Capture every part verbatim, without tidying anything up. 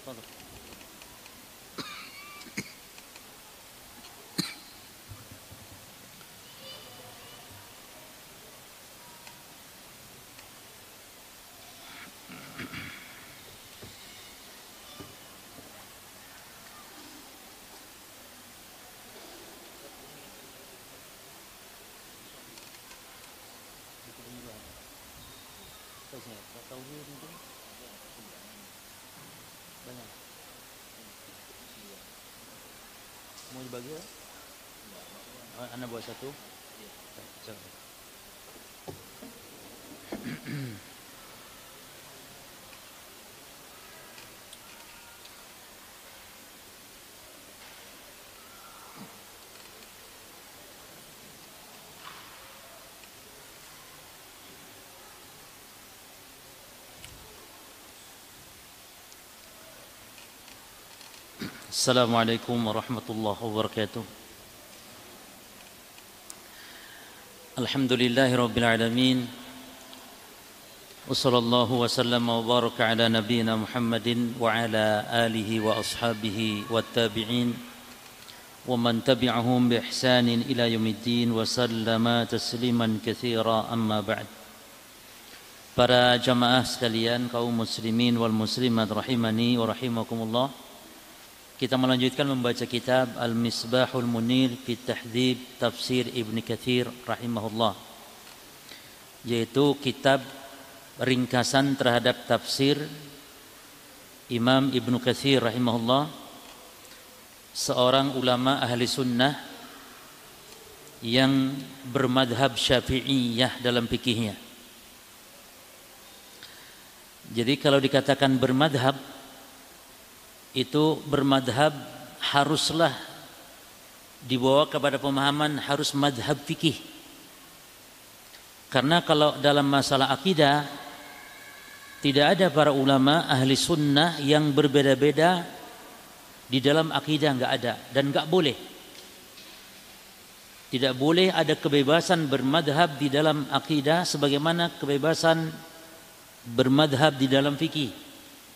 Tauhid itu banyak. Mau dibagi ya? Oh, Anda buat satu. Coba. Assalamualaikum warahmatullahi wabarakatuh. Alhamdulillahirabbil alamin. Wassallallahu wasallama wa baraka ala nabiyyina Muhammadin wa ala alihi wa ashabihi wattabi'in wa man tabi'ahum bi ihsanin ila yaumiddin wa sallama tasliman katsira, amma ba'd. Para jamaah sekalian, kaum muslimin wal muslimat rahimani wa rahimakumullah. Kita melanjutkan membaca kitab Al-Misbahul Munir fi Tahdhib Tafsir Ibn Katsir rahimahullah, yaitu kitab ringkasan terhadap tafsir Imam Ibn Katsir rahimahullah, seorang ulama ahli sunnah yang bermadhab syafi'iyah dalam fikihnya. Jadi kalau dikatakan bermadhab, itu bermadhab haruslah dibawa kepada pemahaman harus madhab fikih. Karena kalau dalam masalah akidah tidak ada para ulama ahli sunnah yang berbeda-beda di dalam akidah, nggak ada dan nggak boleh. Tidak boleh ada kebebasan bermadhab di dalam akidah sebagaimana kebebasan bermadhab di dalam fikih.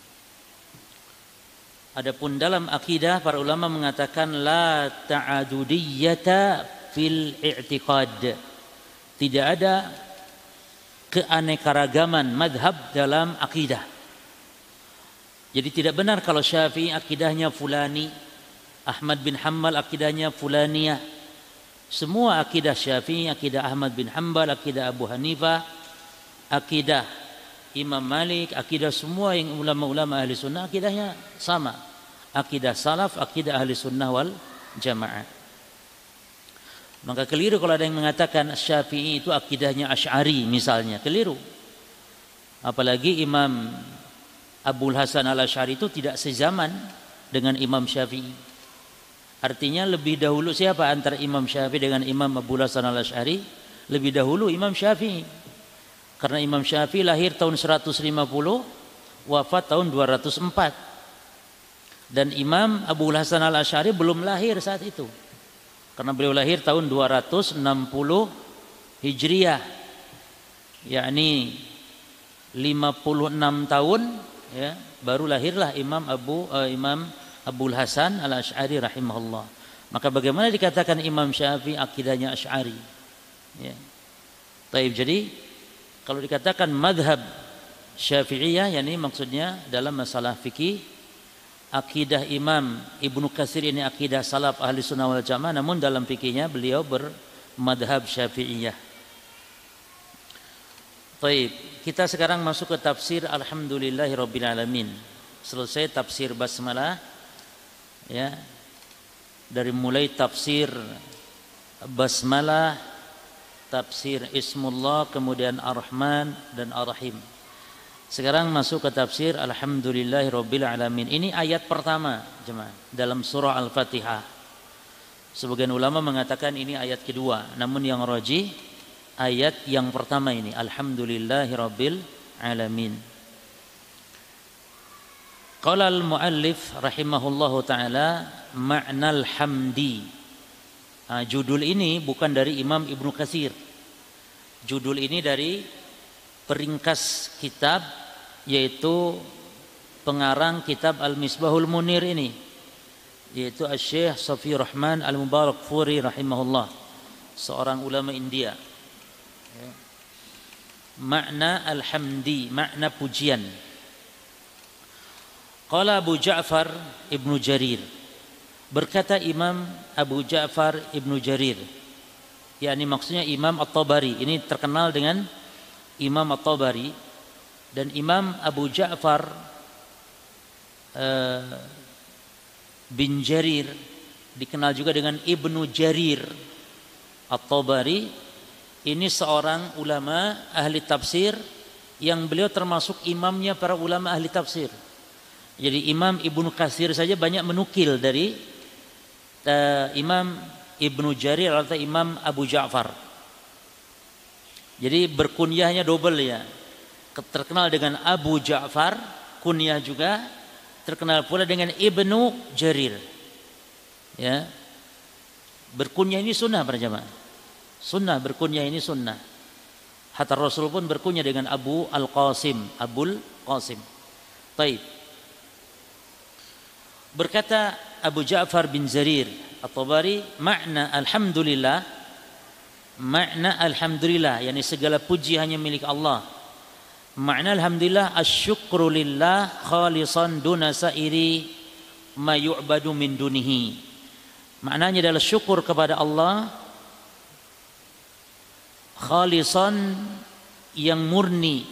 Adapun dalam akidah para ulama mengatakan la ta'adudiyyata fil i'tiqad. Tidak ada keanekaragaman madhab dalam akidah. Jadi tidak benar kalau Syafi'i akidahnya fulani, Ahmad bin Hanbal akidahnya fulaniyah. Semua akidah Syafi'i, akidah Ahmad bin Hanbal, akidah Abu Hanifah, akidah Imam Malik, akidah semua yang ulama-ulama ahli sunnah akidahnya sama. Akidah salaf, akidah ahli sunnah wal jamaah. Maka keliru kalau ada yang mengatakan Syafi'i itu akidahnya Asy'ari misalnya, keliru. Apalagi Imam Abul Hasan al-Asy'ari itu tidak sezaman dengan Imam Syafi'i. Artinya lebih dahulu siapa antara Imam Syafi'i dengan Imam Abul Hasan al-Asy'ari? Lebih dahulu Imam Syafi'i. Karena Imam Syafi'i lahir tahun seratus lima puluh, wafat tahun dua ratus empat. Dan Imam Abul Hasan al-Asy'ari belum lahir saat itu. Karena beliau lahir tahun dua ratus enam puluh Hijriah. Yakni lima puluh enam tahun ya, baru lahirlah Imam Abu uh, Imam Abul Hasan al-Asy'ari rahimahullah. Maka bagaimana dikatakan Imam Syafi'i akidahnya Asy'ari? Ya. Taib, jadi kalau dikatakan madhab Syafi'iyah, yakni maksudnya dalam masalah fikih, akidah Imam Ibnu Katsir ini akidah salaf ahli sunnah wal jamaah, namun dalam fikihnya beliau bermadhab Syafi'iyah. Baik, kita sekarang masuk ke tafsir Alhamdulillahirabbil alamin. Selesai tafsir basmalah ya. Dari mulai tafsir basmalah, tafsir Ismullah, kemudian Ar-Rahman dan Ar-Rahim. Sekarang masuk ke tafsir Alhamdulillahirabbil alamin. Ini ayat pertama, jemaah, dalam surah Al-Fatihah. Sebagian ulama mengatakan ini ayat kedua, namun yang rajih ayat yang pertama ini, Alhamdulillahirabbil alamin. Qala al-muallif rahimahullahu taala ma'nal hamdi. Nah, judul ini bukan dari Imam Ibnu Katsir. Judul ini dari peringkas kitab, yaitu pengarang kitab Al-Misbahul Munir ini, yaitu Asy-Syaikh Safi Rahman Al-Mubarakfuri rahimahullah, seorang ulama India. Makna alhamdi, makna pujian. Qala Abu Ja'far Ibnu Jarir, berkata Imam Abu Ja'far Ibnu Jarir, yakni maksudnya Imam At-Tabari. Ini terkenal dengan Imam At-Tabari, dan Imam Abu Ja'far uh, bin Jarir dikenal juga dengan Ibnu Jarir At-Tabari. Ini seorang ulama ahli tafsir yang beliau termasuk imamnya para ulama ahli tafsir. Jadi Imam Ibnu Katsir saja banyak menukil dari uh, Imam Ibnu Jarir atau Imam Abu Ja'far. Jadi berkunyahnya double ya. Terkenal dengan Abu Ja'far, kunyah juga, terkenal pula dengan Ibnu Jarir. Ya. Berkunyah ini sunnah para jamaah. Sunnah berkunyah ini sunnah. Hatta Rasul pun berkunyah dengan Abu Al-Qasim, Abul Qasim. Baik. Berkata Abu Ja'far bin Jarir At-Tabari, makna alhamdulillah, makna alhamdulillah, yakni segala puji hanya milik Allah. Makna alhamdulillah asyukru lillah khalisan duna sairi ma yu'badu min dunihi. Maknanya adalah syukur kepada Allah khalisan, yang murni.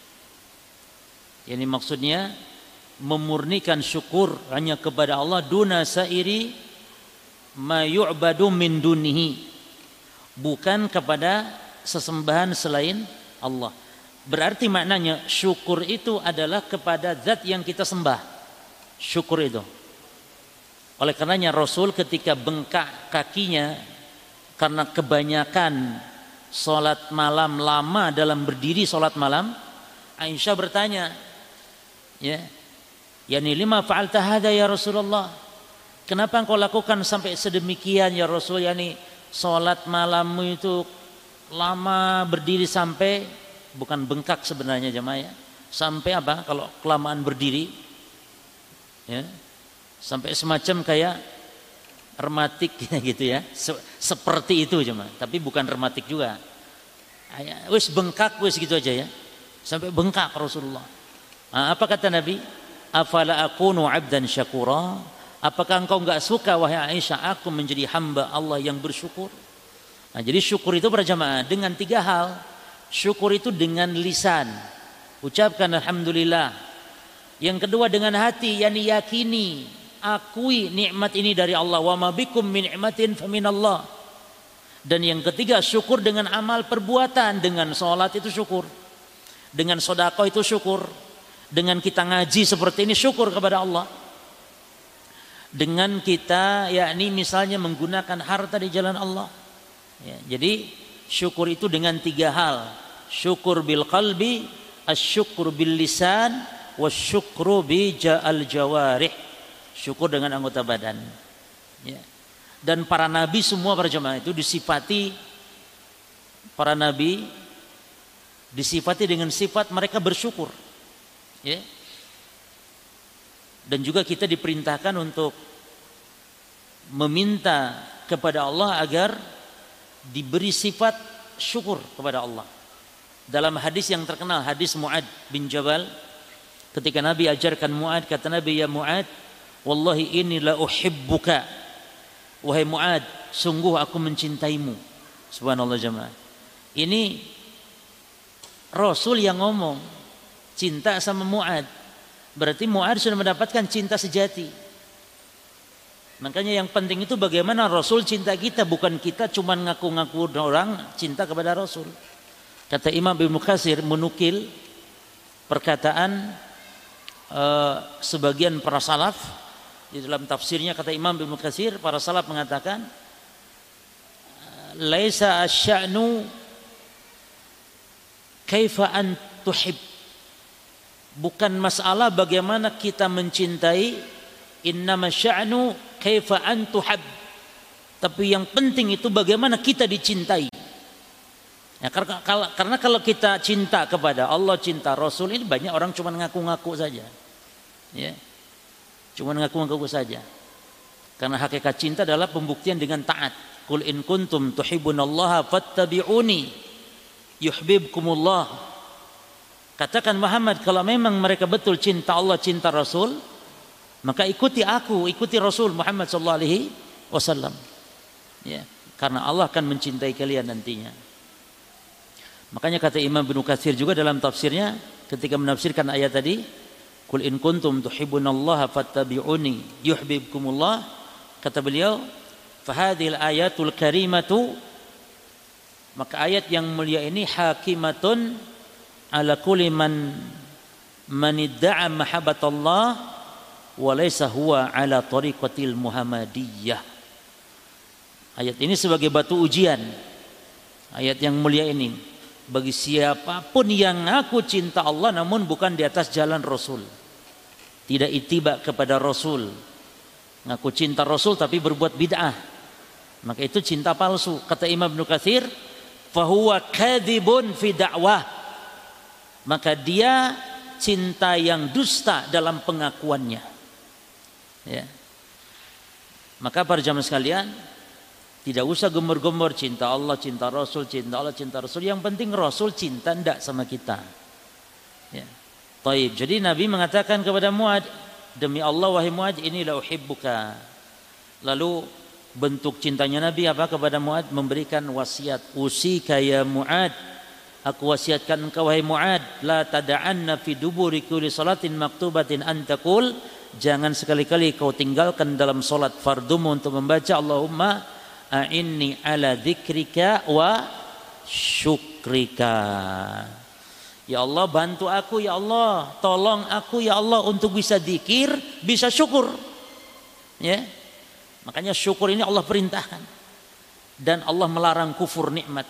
Yani maksudnya memurnikan syukur hanya kepada Allah, duna sairi ma yu'badu min dunihi, bukan kepada sesembahan selain Allah. Berarti maknanya syukur itu adalah kepada zat yang kita sembah. Syukur itu. Oleh karenanya Rasul ketika bengkak kakinya karena kebanyakan salat malam, lama dalam berdiri salat malam, Aisyah bertanya, ya, yani lima fa'alta hadza ya Rasulullah? Kenapa engkau lakukan sampai sedemikian ya Rasul? Yani salat malammu itu lama berdiri sampai, bukan bengkak sebenarnya jemaah ya. Sampai apa? Kalau kelamaan berdiri, ya, sampai semacam kayak rematik gitu ya. Seperti itu jemaah, tapi bukan rematik juga. Wis bengkak wis gitu aja ya. Sampai bengkak Rasulullah. Nah, apa kata Nabi? Afala akunu 'abdan syakura? Apakah engkau enggak suka wahai Aisyah aku menjadi hamba Allah yang bersyukur? Nah, jadi syukur itu berjamaah dengan tiga hal. Syukur itu dengan lisan, ucapkan alhamdulillah. Yang kedua dengan hati, yakni yakini, akui nikmat ini dari Allah. Wa ma bikum min ni'matin faminallah. Dan yang ketiga syukur dengan amal perbuatan. Dengan sholat itu syukur, dengan sedekah itu syukur, dengan kita ngaji seperti ini syukur kepada Allah, dengan kita yakni misalnya menggunakan harta di jalan Allah, ya, jadi syukur itu dengan tiga hal. Syukur bil qalbi, asyukur bil lisan, wasyukru bi al jawarih. Syukur dengan anggota badan. Ya. Dan para nabi semua para jemaah itu disifati, para nabi disifati dengan sifat mereka bersyukur. Ya. Dan juga kita diperintahkan untuk meminta kepada Allah agar diberi sifat syukur kepada Allah. Dalam hadis yang terkenal, hadis Mu'ad bin Jabal, ketika Nabi ajarkan Mu'ad, kata Nabi, ya Mu'ad, wallahi inni la uhibbuka. Wahai Mu'ad, sungguh aku mencintaimu. Subhanallah jemaah. Ini Rasul yang ngomong cinta sama Mu'ad. Berarti Mu'ad sudah mendapatkan cinta sejati. Makanya yang penting itu bagaimana Rasul cinta kita, bukan kita cuma ngaku-ngaku orang cinta kepada Rasul. Kata Imam Ibnu Katsir menukil perkataan uh, sebagian para salaf di dalam tafsirnya. Kata Imam Ibnu Katsir, para salaf mengatakan laisa asya'nu kaifa an tuhib, bukan masalah bagaimana kita mencintai, innama sya'nu kaifa an tuhab, tapi yang penting itu bagaimana kita dicintai. Ya, karena, karena kalau kita cinta kepada Allah, cinta Rasul, ini banyak orang cuma ngaku-ngaku saja. Ya. Cuma ngaku-ngaku saja. Karena hakikat cinta adalah pembuktian dengan taat. Qul in kuntum tuhibbunallaha fattabi'uni yuhibbukumullah. Katakan Muhammad, kalau memang mereka betul cinta Allah, cinta Rasul, maka ikuti aku, ikuti Rasul Muhammad sallallahu alaihi wasallam. Ya, karena Allah akan mencintai kalian nantinya. Makanya kata Imam Ibnu Katsir juga dalam tafsirnya ketika menafsirkan ayat tadi, Qul in kuntum tuhibbunallaha fattabi'uni yuhibbukumullah, kata beliau, fahadhil ayatul karimatu, maka ayat yang mulia ini hakimatun ala kulli man man idda'a mahabbatallah wa laysa huwa ala tariqatil muhammadiyah. Ayat ini sebagai batu ujian. Ayat yang mulia ini bagi siapapun yang ngaku cinta Allah namun bukan di atas jalan Rasul, tidak ittiba kepada Rasul, ngaku cinta Rasul tapi berbuat bid'ah, maka itu cinta palsu. Kata Imam Ibnu Katsir, fahuwa kadzibun fi da'wah, maka dia cinta yang dusta dalam pengakuannya. Ya. Maka para jamaah sekalian, tidak usah gembar-gembor cinta Allah, cinta Rasul, cinta Allah, cinta Rasul. Yang penting Rasul cinta ndak sama kita. Ya. Taib. Jadi Nabi mengatakan kepada Mu'ad, demi Allah wahai Mu'ad, ini la uhibbuka. Lalu bentuk cintanya Nabi apa kepada Mu'ad? Memberikan wasiat. Usika ya Mu'ad, aku wasiatkan engkau wahai Mu'ad, la tada'anna fi duburi kulli salatin maktubatin antakul, jangan sekali-kali kau tinggalkan dalam salat fardumu untuk membaca Allahumma a'inni ala dzikrika wa syukrika. Ya Allah, bantu aku ya Allah, tolong aku ya Allah untuk bisa zikir, bisa syukur. Ya. Makanya syukur ini Allah perintahkan. Dan Allah melarang kufur nikmat.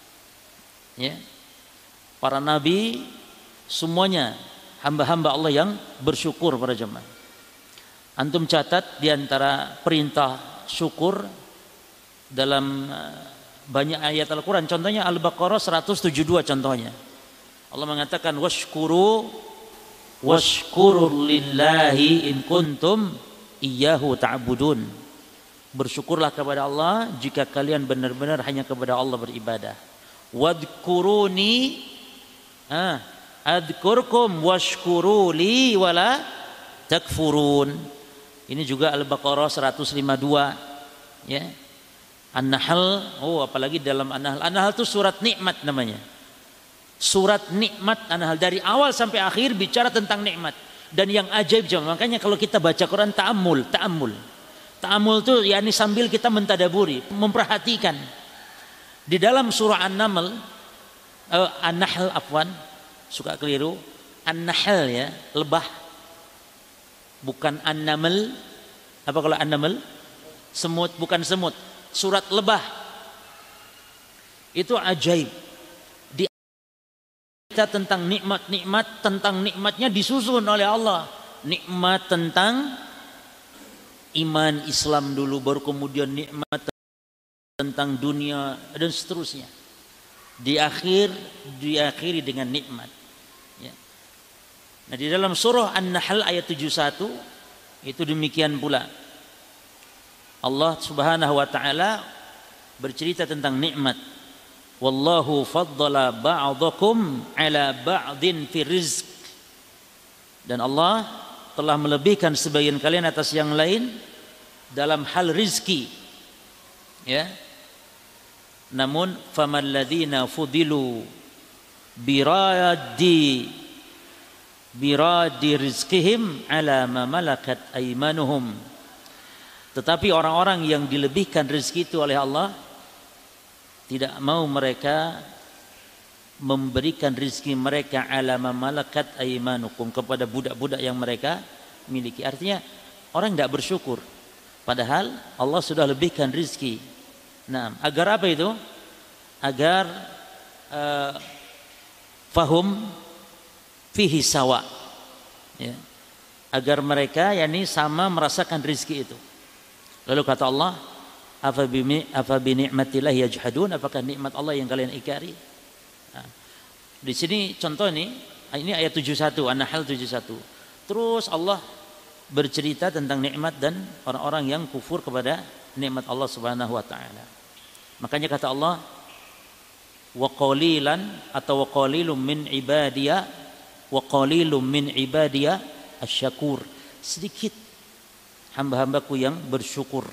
Ya. Para nabi semuanya hamba-hamba Allah yang bersyukur para jemaah. Antum catat di antara perintah syukur dalam banyak ayat Al-Quran, contohnya Al-Baqarah seratus tujuh puluh dua contohnya. Allah mengatakan washkuru washkuru lillahi in kuntum iyyahu ta'budun. Bersyukurlah kepada Allah jika kalian benar-benar hanya kepada Allah beribadah. Wadhkuruni ah adkurkum washkuru li wala takfurun. Ini juga Al-Baqarah seratus lima puluh dua, ya. An-Nahl, oh apalagi dalam An-Nahl. An-Nahl itu surat nikmat namanya. Surat nikmat An-Nahl, dari awal sampai akhir bicara tentang nikmat. Dan yang ajaib jemaah, makanya kalau kita baca Quran ta'ammul, ta'ammul. Ta'ammul itu yakni sambil kita mentadaburi, memperhatikan. Di dalam surah An-Naml, uh, An-Nahl afwan, suka keliru. An-Nahl ya, lebah. Bukan An-Naml. Apa kalau An-Naml? Semut, bukan semut. Surat lebah itu ajaib. Di kita tentang nikmat-nikmat, tentang nikmatnya disusun oleh Allah. Nikmat tentang iman Islam dulu, baru kemudian nikmat tentang dunia dan seterusnya. Di akhir diakhiri dengan nikmat. Ya. Nah di dalam surah An-Nahl ayat tujuh puluh satu itu demikian pula. Allah Subhanahu wa taala bercerita tentang nikmat. Wallahu faddala ba'dakum ala ba'din fi rizq. Dan Allah telah melebihkan sebagian kalian atas yang lain dalam hal rizki. Ya. Namun faman ladzina fudilu biradi biradi rizqihim ala ma malakat aymanuhum. Tetapi orang-orang yang dilebihkan rezeki itu oleh Allah, tidak mau mereka memberikan rezeki mereka ala malakat aymanukum, kepada budak-budak yang mereka miliki. Artinya orang tidak bersyukur padahal Allah sudah lebihkan rezeki. Nah, agar apa itu? Agar uh, fahum fihi sawa. Ya. Agar mereka yakni sama merasakan rezeki itu. Lalu kata Allah, afa bi ni'matillah yajhadun, apakah nikmat Allah yang kalian ingkari? Nah, di sini contoh ini, ini ayat tujuh puluh satu, An-Nahl tujuh puluh satu. Terus Allah bercerita tentang nikmat dan orang-orang yang kufur kepada nikmat Allah Subhanahu wa taala. Makanya kata Allah, wa qalilan atau wa qalilum min ibadiya wa qalilum min ibadiya asyakur. Sedikit hamba-hambaku yang bersyukur.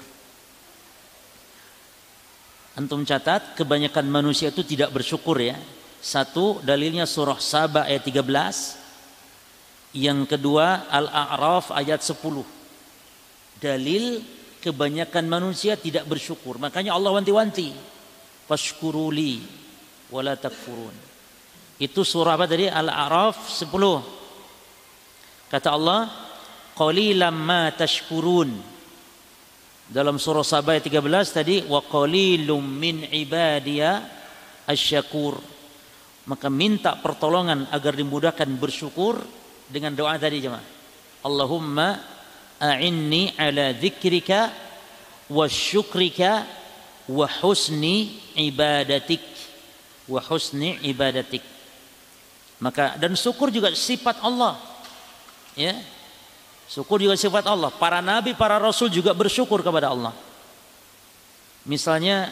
Antum catat, kebanyakan manusia itu tidak bersyukur ya. Satu, dalilnya surah Saba ayat tiga belas. Yang kedua, Al-A'raf ayat sepuluh. Dalil kebanyakan manusia tidak bersyukur. Makanya Allah wanti-wanti, fashkuruli wala takfurun. Itu surah apa tadi? Al-A'raf sepuluh. Kata Allah, qalilan ma tashkurun. Dalam surah Saba ayat tiga belas tadi, wa qalilum min ibadiya asyakur. Maka minta pertolongan agar dimudahkan bersyukur dengan doa tadi jemaah. Allahumma a'inni ala dzikrika wa syukrika wa husni ibadatik wa husni ibadatik. Maka dan syukur juga sifat Allah. Ya. Syukur juga sifat Allah. Para nabi, para rasul juga bersyukur kepada Allah. Misalnya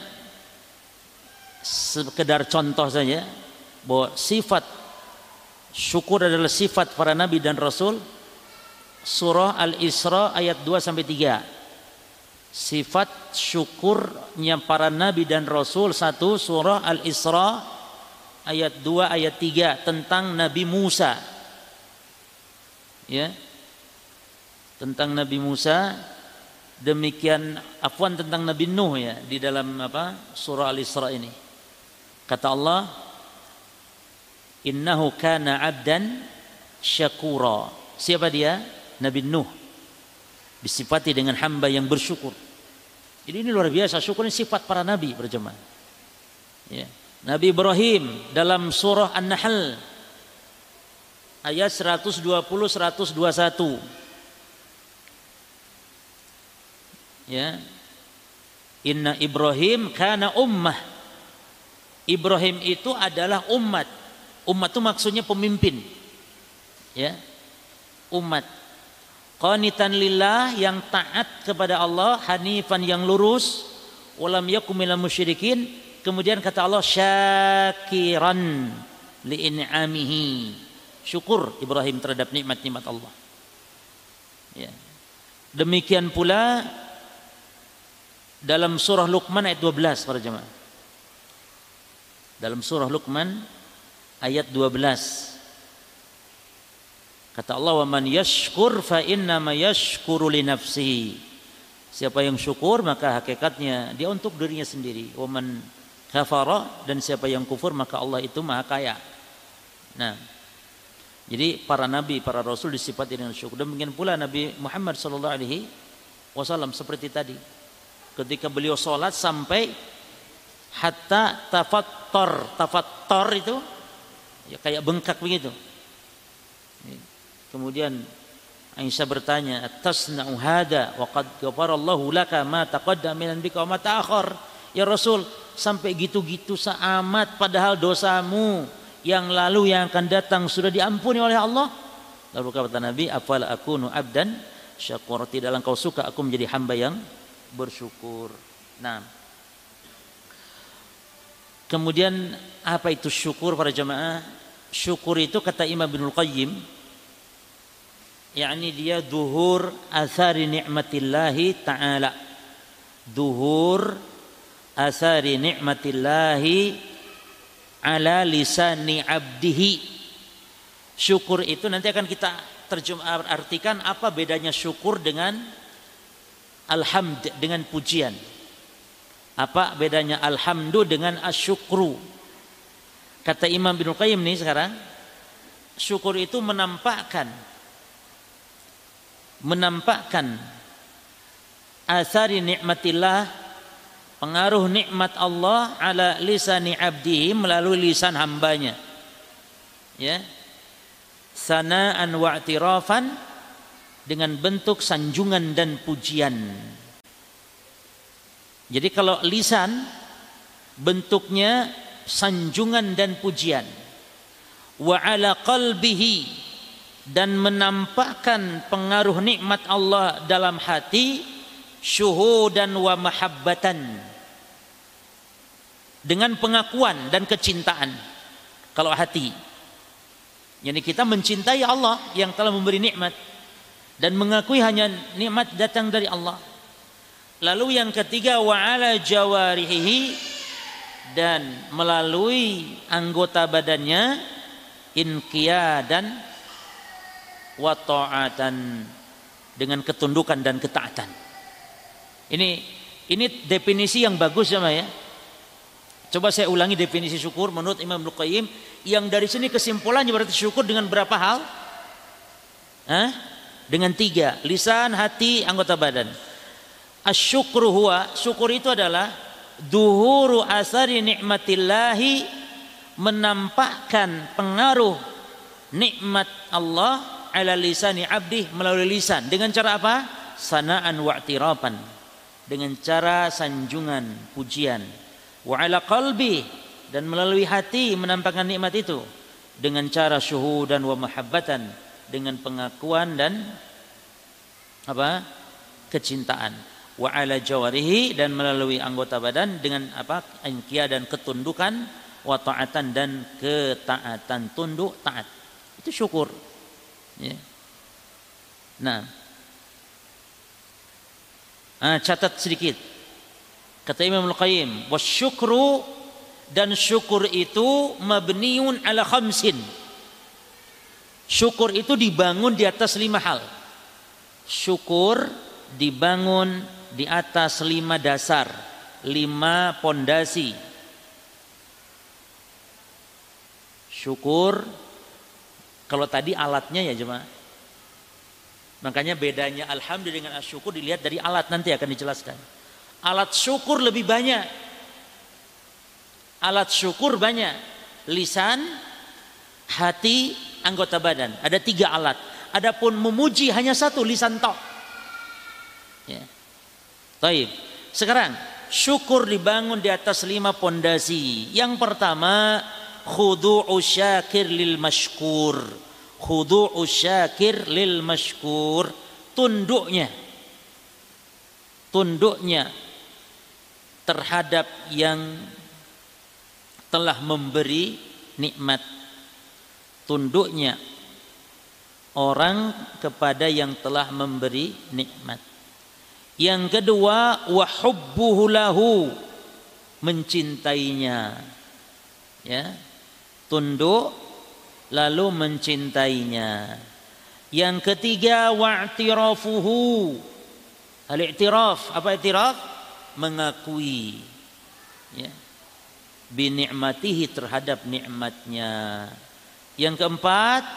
sekedar contoh saja bahwa sifat syukur adalah sifat para nabi dan rasul. Surah Al-Isra ayat dua sampai tiga. Sifat syukurnya para nabi dan rasul satu, surah Al-Isra ayat dua ayat tiga tentang Nabi Musa. Ya. Tentang Nabi Musa, demikian afwan tentang Nabi Nuh ya di dalam apa? Surah Al-Isra ini. Kata Allah, innahu kana 'abdan syakura. Siapa dia? Nabi Nuh. Disifati dengan hamba yang bersyukur. Jadi ini luar biasa, syukur ini sifat para nabi berjemaah. Ya. Nabi Ibrahim dalam surah An-Nahl ayat seratus dua puluh seratus dua puluh satu. Ya. Inna Ibrahim kana ummah. Ibrahim itu adalah umat. Umat itu maksudnya pemimpin. Ya. Umat. Qanitan lillah, yang taat kepada Allah, hanifan yang lurus, walam yakum minal musyrikin. Kemudian kata Allah, syakiran li'in'amihi. Syukur Ibrahim terhadap nikmat-nikmat Allah. Ya. Demikian pula dalam surah Luqman ayat dua belas para jemaah. Dalam surah Luqman ayat dua belas. Kata Allah, wa man yashkur fa innama yashkuru li nafsihi. Siapa yang syukur maka hakikatnya dia untuk dirinya sendiri. Wa man kafara, dan siapa yang kufur maka Allah itu Maha Kaya. Nah, jadi para nabi, para rasul disifati dengan syukur. Demikian pula Nabi Muhammad sallallahu alaihi wasallam seperti tadi. Ketika beliau salat sampai hatta tafattar. Tafattar itu ya kayak bengkak begitu. Kemudian Aisyah bertanya, "Atasna'u hada wa qad ghafarallahu laka ma taqaddama min dhanbika wa ma ta'akhkhar?" Ya Rasul, sampai gitu-gitu seamat padahal dosamu yang lalu yang akan datang sudah diampuni oleh Allah. Lalu kata Nabi, "Afala akunu abdan syakur?" Tidaklah engkau suka aku menjadi hamba yang bersyukur. Nah, kemudian apa itu syukur para jemaah? Syukur itu kata Imam Ibnul Qayyim, yakni dia duhur athari ni'matillahi ta'ala. Duhur athari ni'matillahi ala lisani abdihi. Syukur itu nanti akan kita terjemah artikan apa bedanya syukur dengan alhamd, dengan pujian. Apa bedanya alhamdu dengan asyukru? Kata Imam Ibnul Qayyim nih sekarang, syukur itu menampakkan menampakkan asari nikmatillah, pengaruh nikmat Allah ala lisani abdihi, melalui lisan hambanya. Ya. Sana'an wa i'tirafan, dengan bentuk sanjungan dan pujian. Jadi kalau lisan bentuknya sanjungan dan pujian. Wa ala qalbihi, dan menampakkan pengaruh nikmat Allah dalam hati syuhudan wa mahabbatan, dengan pengakuan dan kecintaan. Kalau hati, yani kita mencintai Allah yang telah memberi nikmat dan mengakui hanya nikmat datang dari Allah. Lalu yang ketiga, wa ala jawarihi, dan melalui anggota badannya, inqiyadan wa ta'atan, dengan ketundukan dan ketaatan. Ini ini definisi yang bagus ya, ya. Coba saya ulangi definisi syukur menurut Imam Ibnu Qayyim, yang dari sini kesimpulannya berarti syukur dengan berapa hal? Hah? Dengan tiga, lisan, hati, anggota badan. Asyukru huwa, syukur itu adalah duhuru asari nikmatillahi, menampakkan pengaruh nikmat Allah ala lisani abdi, melalui lisan. Dengan cara apa? Sana'an wa'tirapan, dengan cara sanjungan, pujian. Wa ala qalbi, dan melalui hati menampakkan nikmat itu dengan cara syuhudan wa mahabbatan, dengan pengakuan dan apa? Kecintaan. Wa ala jawarihi, dan melalui anggota badan dengan apa? Inqiyah, dan ketundukan, wa ta'atan, dan ketaatan, tunduk taat. Itu syukur. Ya. Nah, ah, catat sedikit. Kata Imam Al-Qayyim, wasyukru, dan syukur itu mabniun ala khamsin. Syukur itu dibangun di atas lima hal. Syukur dibangun di atas lima dasar, lima pondasi. Syukur, kalau tadi alatnya ya jemaah. Makanya bedanya alhamdulillah dengan asyukur dilihat dari alat, nanti akan dijelaskan. Alat syukur lebih banyak. Alat syukur banyak. Lisan, hati, anggota badan. Ada tiga alat. Adapun memuji hanya satu, lisan tok. Ya. Baik. Sekarang syukur dibangun di atas lima pondasi. Yang pertama, khudu'u syakir lil mashkur. Khudu'u syakir lil mashkur, tunduknya. Tunduknya terhadap yang telah memberi nikmat. Tunduknya orang kepada yang telah memberi nikmat. Yang kedua, wa hubbuhu lahu, mencintainya. Ya. Tunduk lalu mencintainya. Yang ketiga, wa'tirafuhu. Al-i'tiraf, apa i'tiraf? Mengakui. Ya. Bi ni'matihi, terhadap nikmatnya. Yang keempat,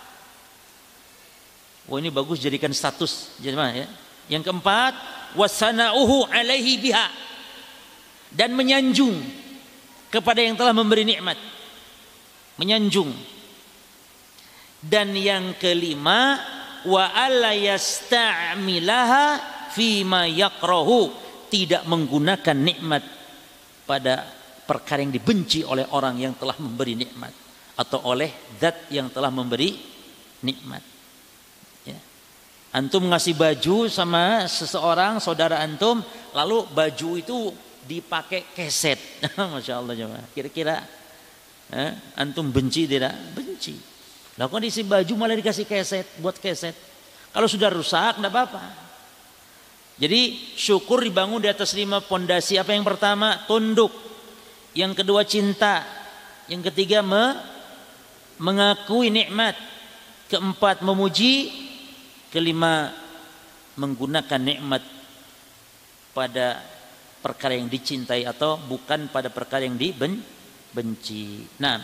oh ini bagus jadikan status jemaah ya. Yang keempat, wasana'uhu alaihi biha, dan menyanjung kepada yang telah memberi nikmat. Menyanjung. Dan yang kelima, wa alla yasta'milaha fima yakrahu, tidak menggunakan nikmat pada perkara yang dibenci oleh orang yang telah memberi nikmat, atau oleh zat yang telah memberi nikmat. Ya. Antum ngasih baju sama seseorang, saudara antum, lalu baju itu dipakai keset. Masya Allah jemaah. Kira-kira eh, antum benci tidak? Benci. Lah kok diisi baju malah dikasih keset, buat keset. Kalau sudah rusak enggak apa-apa. Jadi syukur dibangun di atas lima pondasi. Apa yang pertama? Tunduk. Yang kedua cinta. Yang ketiga me, mengakui nikmat. Keempat memuji. Kelima menggunakan nikmat pada perkara yang dicintai atau bukan pada perkara yang dibenci. Nah,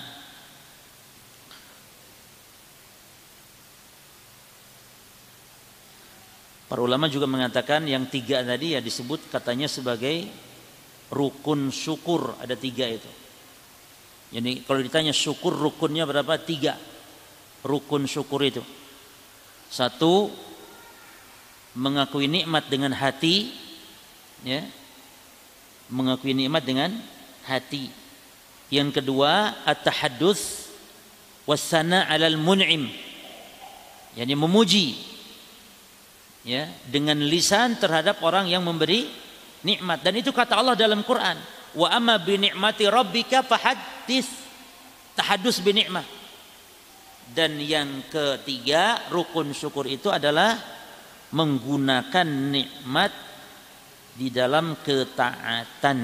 para ulama juga mengatakan yang tiga tadi ya disebut katanya sebagai rukun syukur. Ada tiga itu. Jadi kalau ditanya syukur rukunnya berapa? Tiga rukun syukur itu. Satu, mengakui nikmat dengan hati, ya, mengakui nikmat dengan hati. Yang kedua, at-tahadduts wassana 'alal mun'im, yakni memuji ya dengan lisan terhadap orang yang memberi nikmat. Dan itu kata Allah dalam Quran, wa amma bi ni'mati rabbika fahaddits, tahadus bi ni'mah. Dan yang ketiga rukun syukur itu adalah menggunakan nikmat di dalam ketaatan.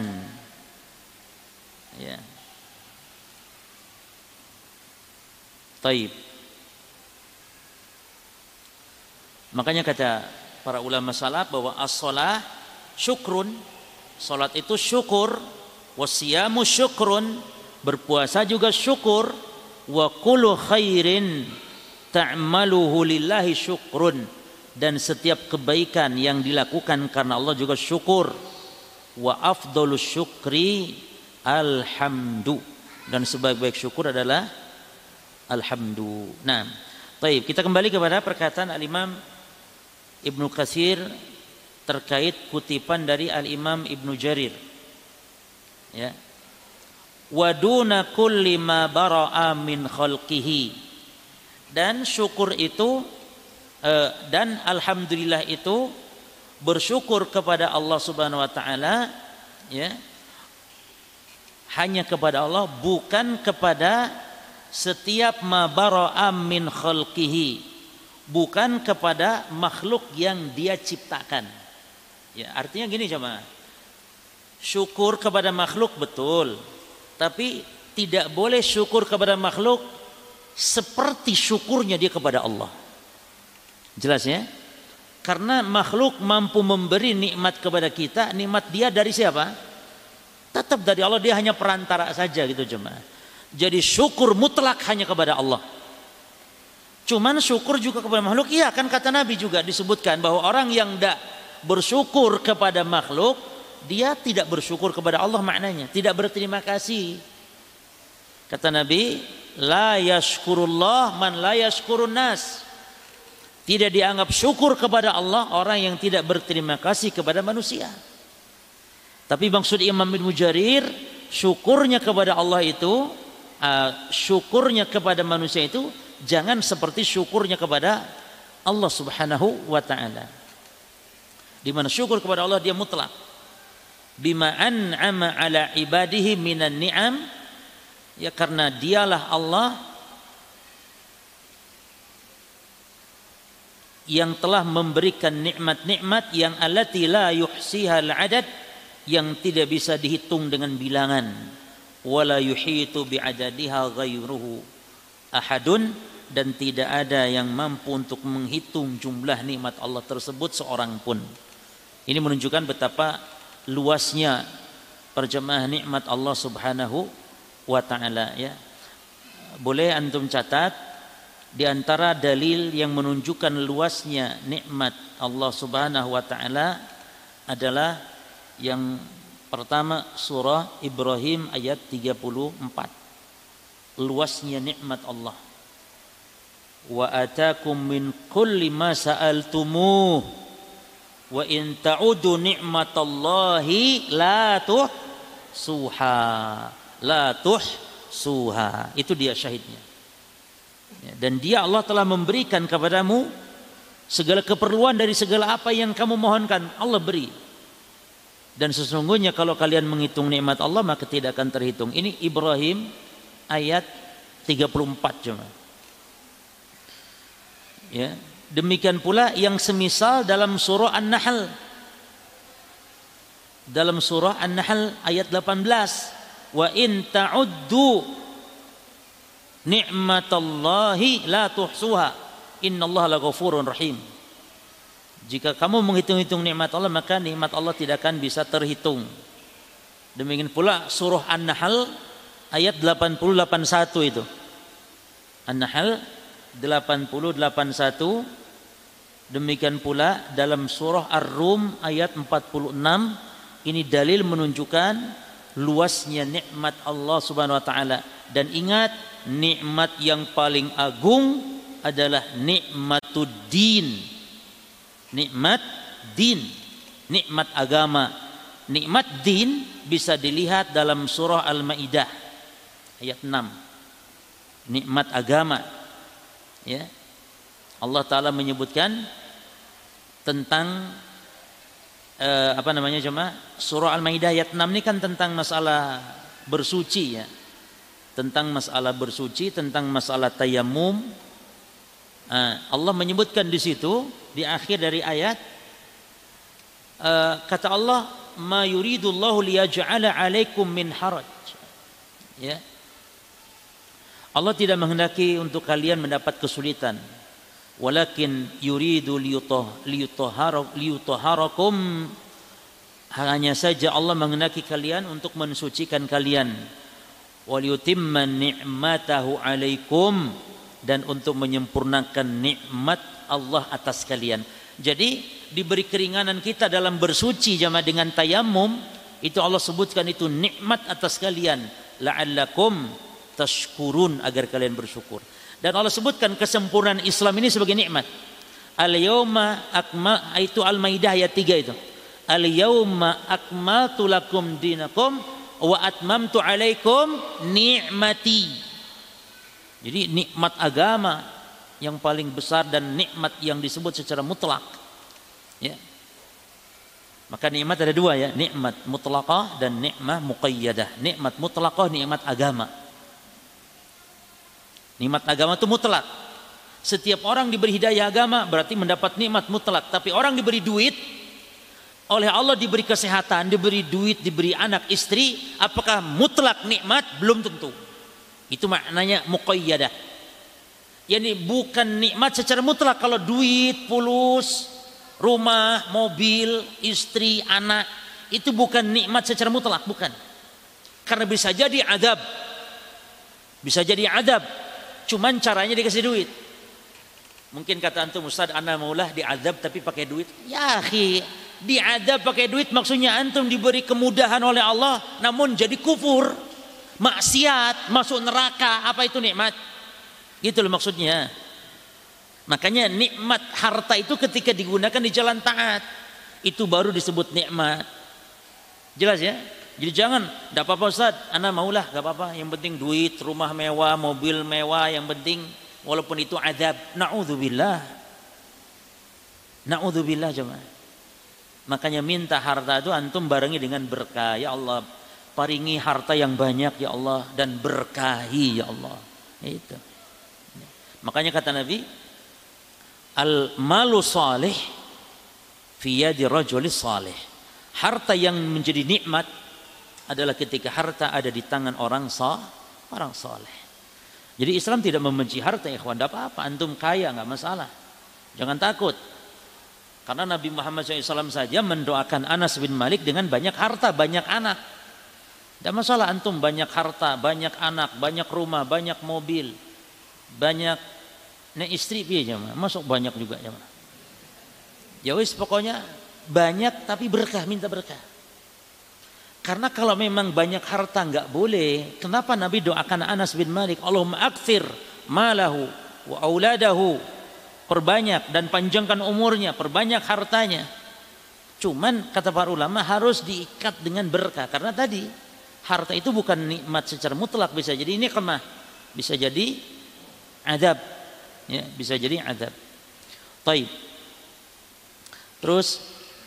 Ya. Taib. Makanya kata para ulama salaf bahwa as-shalah syukrun, salat itu syukur, wasiyamu syukrun, berpuasa juga syukur, wa kullu khairin ta'maluhu lillahi syukrun, dan setiap kebaikan yang dilakukan karena Allah juga syukur. Wa afdhalus syukri alhamdu, dan sebaik-baik syukur adalah alhamdu. Nah, baik, kita kembali kepada perkataan Al-Imam Ibnu Katsir terkait kutipan dari Al-Imam Ibnu Jarir. Ya. Wa duna kulli ma bara'a min khalqihi, dan syukur itu eh, dan alhamdulillah itu bersyukur kepada Allah Subhanahu wa taala ya, hanya kepada Allah, bukan kepada setiap ma bara'a min khalqihi, bukan kepada makhluk yang dia ciptakan. Ya, artinya gini jemaah, syukur kepada makhluk betul, tapi tidak boleh syukur kepada makhluk seperti syukurnya dia kepada Allah. Jelas ya? Karena makhluk mampu memberi nikmat kepada kita, nikmat dia dari siapa? Tetap dari Allah, dia hanya perantara saja gitu jemaah. Jadi syukur mutlak hanya kepada Allah. Cuman syukur juga kepada makhluk, iya kan kata Nabi juga disebutkan bahwa orang yang tidak bersyukur kepada makhluk, dia tidak bersyukur kepada Allah, maknanya tidak berterima kasih. Kata Nabi, la yashkurullah man la yashkurun nas. Tidak dianggap syukur kepada Allah orang yang tidak berterima kasih kepada manusia. Tapi maksud Imam Ibnu Jarir, syukurnya kepada Allah itu, uh, syukurnya kepada manusia itu jangan seperti syukurnya kepada Allah Subhanahu wa taala. Di mana syukur kepada Allah dia mutlak. Bima an'ama ala ibadihi minan ni'am, ya karena dialah Allah yang telah memberikan nikmat-nikmat yang allati la yuhsiha al-adad, yang tidak bisa dihitung dengan bilangan, wala yuhitu bi'adadiha ghairuhu ahadun, dan tidak ada yang mampu untuk menghitung jumlah nikmat Allah tersebut seorang pun. Ini menunjukkan betapa luasnya perjemaah nikmat Allah Subhanahu wa taala ya. Boleh antum catat di antara dalil yang menunjukkan luasnya nikmat Allah Subhanahu wa taala adalah yang pertama surah Ibrahim ayat tiga puluh empat. Luasnya nikmat Allah. Wa atakum min kulli ma sa'altumuh wa in ta'udu ni'matallahi la tuhsuha la tuhsuha. Itu dia syahidnya. Ya, dan dia Allah telah memberikan kepadamu segala keperluan dari segala apa yang kamu mohonkan, Allah beri. Dan sesungguhnya kalau kalian menghitung nikmat Allah maka tidak akan terhitung. Ini Ibrahim ayat tiga puluh empat cuma. Ya, demikian pula yang semisal dalam surah An-Nahl. Dalam surah An-Nahl ayat delapan belas, wa in ta'uddu ni'matallahi la tuhsuha innallaha laghafurur rahim. Jika kamu menghitung-hitung nikmat Allah maka nikmat Allah tidak akan bisa terhitung. Demikian pula surah An-Nahl ayat delapan puluh delapan satu itu. An-Nahl delapan puluh delapan satu. Demikian pula dalam surah Ar-Rum ayat empat puluh enam. Ini dalil menunjukkan luasnya nikmat Allah Subhanahu wa taala. Dan ingat, nikmat yang paling agung adalah nikmatuddin. Nikmat din, nikmat agama. Nikmat din bisa dilihat dalam surah Al-Maidah ayat enam. Nikmat agama. Ya. Allah Ta'ala menyebutkan tentang eh, apa namanya jemaah, surah Al-Maidah ayat enam ini kan tentang masalah bersuci ya, tentang masalah bersuci, tentang masalah tayammum. Nah, Allah menyebutkan di situ di akhir dari ayat, uh, kata Allah, ma yuridullahu liyaj'ala 'alaikum min haraj. Ya. Allah tidak menghendaki untuk kalian mendapat kesulitan. Walakin yuridu liyutahharakum, hanya saja Allah menghendaki kalian untuk mensucikan kalian. Waliyutimma ni'matahu 'alaikum, dan untuk menyempurnakan nikmat Allah atas kalian. Jadi diberi keringanan kita dalam bersuci jamaah dengan tayammum, itu Allah sebutkan itu nikmat atas kalian, la'allakum tashkurun, agar kalian bersyukur. Dan Allah sebutkan kesempurnaan Islam ini sebagai nikmat. Al-yauma akmal, itu Al-Maidah ayat tiga itu. Al-yauma akmaltu lakum dinakum wa atmamtu alaikum ni'mati. Jadi nikmat agama yang paling besar dan nikmat yang disebut secara mutlak. Ya. Maka nikmat ada dua ya, nikmat mutlaqah dan nikmat muqayyadah. Nikmat mutlaqah, nikmat agama. Nikmat agama itu mutlak. Setiap orang diberi hidayah agama berarti mendapat nikmat mutlak. Tapi orang diberi duit, oleh Allah diberi kesehatan, diberi duit, diberi anak, istri, apakah mutlak nikmat? Belum tentu. Itu maknanya muqayyadah. Yani bukan nikmat secara mutlak. Kalau duit, fulus, rumah, mobil, istri, anak, itu bukan nikmat secara mutlak, bukan. Karena bisa jadi adab. Bisa jadi adab. Cuman caranya dikasih duit. Mungkin kata antum, Ustaz, ana maulah diadab tapi pakai duit. Ya akhi, diadab pakai duit maksudnya antum diberi kemudahan oleh Allah namun jadi kufur, maksiat, masuk neraka. Apa itu nikmat? Gitu loh maksudnya. Makanya nikmat harta itu ketika digunakan di jalan taat, itu baru disebut nikmat. Jelas ya? Jadi jangan, enggak apa-apa Ustaz, ana maulah, enggak apa-apa, yang penting duit, rumah mewah, mobil mewah, yang penting walaupun itu azab. Na'udzubillah. Na'udzubillah jemaah. Makanya minta harta itu antum barengi dengan berkah. Ya Allah, paringi harta yang banyak ya Allah, dan berkahi ya Allah. Itu. Makanya kata Nabi, al malu salih fi yadi rajulis salih. Harta yang menjadi nikmat adalah ketika harta ada di tangan orang sah, orang saleh. Jadi Islam tidak membenci harta, ikhwan. Tidak apa-apa, antum kaya nggak masalah. Jangan takut. Karena Nabi Muhammad shallallahu alaihi wasallam saja mendoakan Anas bin Malik dengan banyak harta, banyak anak. Tidak masalah antum banyak harta, banyak anak, banyak rumah, banyak mobil, banyak nek istri piye jemaah, masuk banyak juga jemaah. Ya wis pokoknya banyak tapi berkah, minta berkah. Karena kalau memang banyak harta enggak boleh, kenapa Nabi doakan Anas bin Malik, Allahumma aktsir malahu wa auladahu, perbanyak dan panjangkan umurnya, perbanyak hartanya. Cuman kata para ulama harus diikat dengan berkah, karena tadi harta itu bukan nikmat secara mutlak, bisa jadi nikmah, bisa jadi adab, ya, bisa jadi adab. Taib. Terus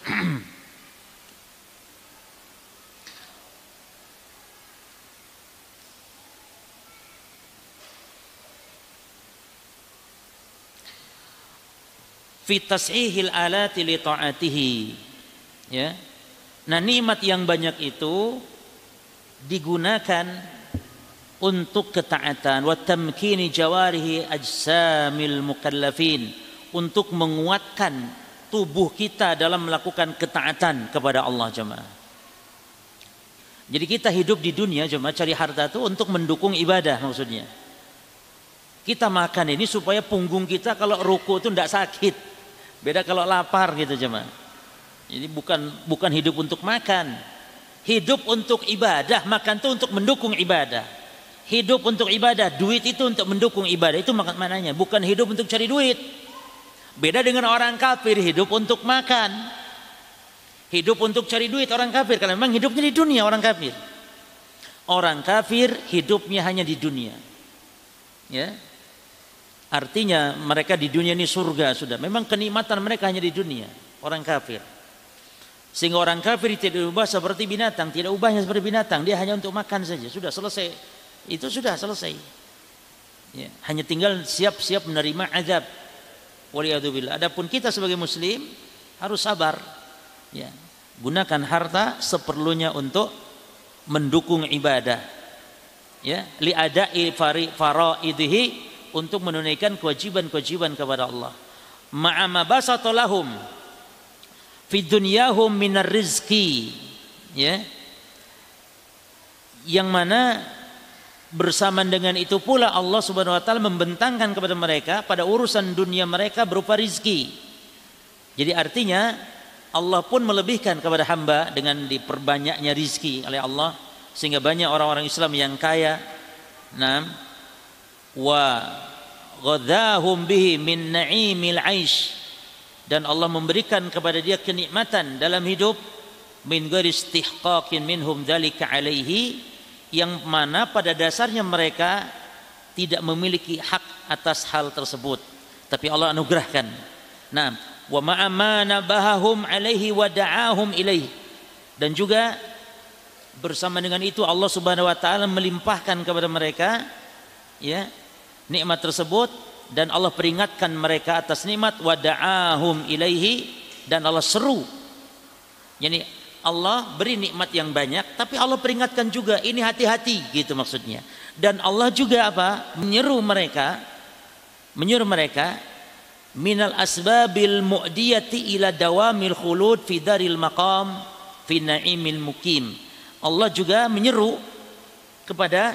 fi tas'ihil alati li ta'atihi, ya. Nah, nikmat yang banyak itu digunakan untuk ketaatan, wa tamkini jawarihi ajsamil mukallafin, untuk menguatkan tubuh kita dalam melakukan ketaatan kepada Allah jemaah. Jadi kita hidup di dunia jemaah cari harta itu untuk mendukung ibadah maksudnya. Kita makan ini supaya punggung kita kalau ruku itu tidak sakit. Beda kalau lapar gitu jemaah. Jadi bukan bukan hidup untuk makan. Hidup untuk ibadah, makan itu untuk mendukung ibadah. Hidup untuk ibadah, duit itu untuk mendukung ibadah. Itu maknanya, bukan hidup untuk cari duit. Beda dengan orang kafir, hidup untuk makan. Hidup untuk cari duit orang kafir, karena memang hidupnya di dunia orang kafir. Orang kafir hidupnya hanya di dunia. Ya. Artinya mereka di dunia ini surga sudah. Memang kenikmatan mereka hanya di dunia, orang kafir. Sehingga orang kafir tidak ubah seperti binatang, tidak ubahnya seperti binatang, dia hanya untuk makan saja, sudah selesai. Itu sudah selesai. Ya, hanya tinggal siap-siap menerima azab. Waliyadzubillah. Adapun kita sebagai muslim harus sabar. Ya, gunakan harta seperlunya untuk mendukung ibadah. Ya, li ada'i faraidhi, untuk menunaikan kewajiban-kewajiban kepada Allah. Ma'ama basatolahum fi dunyahum minar rizki, ya, yang mana bersamaan dengan itu pula Allah Subhanahu wa taala membentangkan kepada mereka pada urusan dunia mereka berupa rizki. Jadi artinya Allah pun melebihkan kepada hamba dengan diperbanyaknya rizki oleh Allah, sehingga banyak orang-orang Islam yang kaya. Nah, wa ghadahum bihi min na'imil aish, dan Allah memberikan kepada dia kenikmatan dalam hidup, min ghairi istihqaqin minhum dzalika alaihi, yang mana pada dasarnya mereka tidak memiliki hak atas hal tersebut, tapi Allah anugerahkan. Nah, wa ma'ama nabahahum alaihi wa da'ahum ilaihi, dan juga bersama dengan itu Allah Subhanahu wa taala melimpahkan kepada mereka, ya, nikmat tersebut, dan Allah peringatkan mereka atas nikmat, wada'ahum ilaihi, dan Allah seru. Yani Allah beri nikmat yang banyak, tapi Allah peringatkan juga, ini hati-hati, gitu maksudnya. Dan Allah juga apa? Menyeru mereka, menyuruh mereka, minal asbabil mu'diyati ila dawamil khulud fi daril maqam fi na'imil mukim. Allah juga menyeru kepada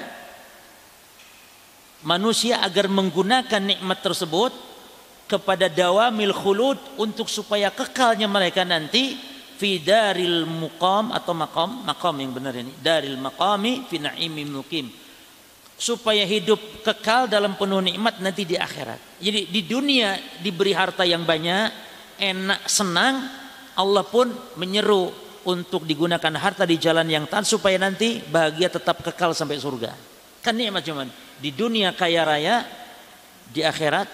manusia agar menggunakan nikmat tersebut kepada dawamil khulud, untuk supaya kekalnya mereka nanti fi daril muqam, atau maqam, maqam yang benar ini, daril maqami fi na'imil mukim, supaya hidup kekal dalam penuh nikmat nanti di akhirat. Jadi di dunia diberi harta yang banyak, enak, senang, Allah pun menyeru untuk digunakan harta di jalan yang taat supaya nanti bahagia tetap kekal sampai surga. Kan nikmat cuman di dunia kaya raya, di akhirat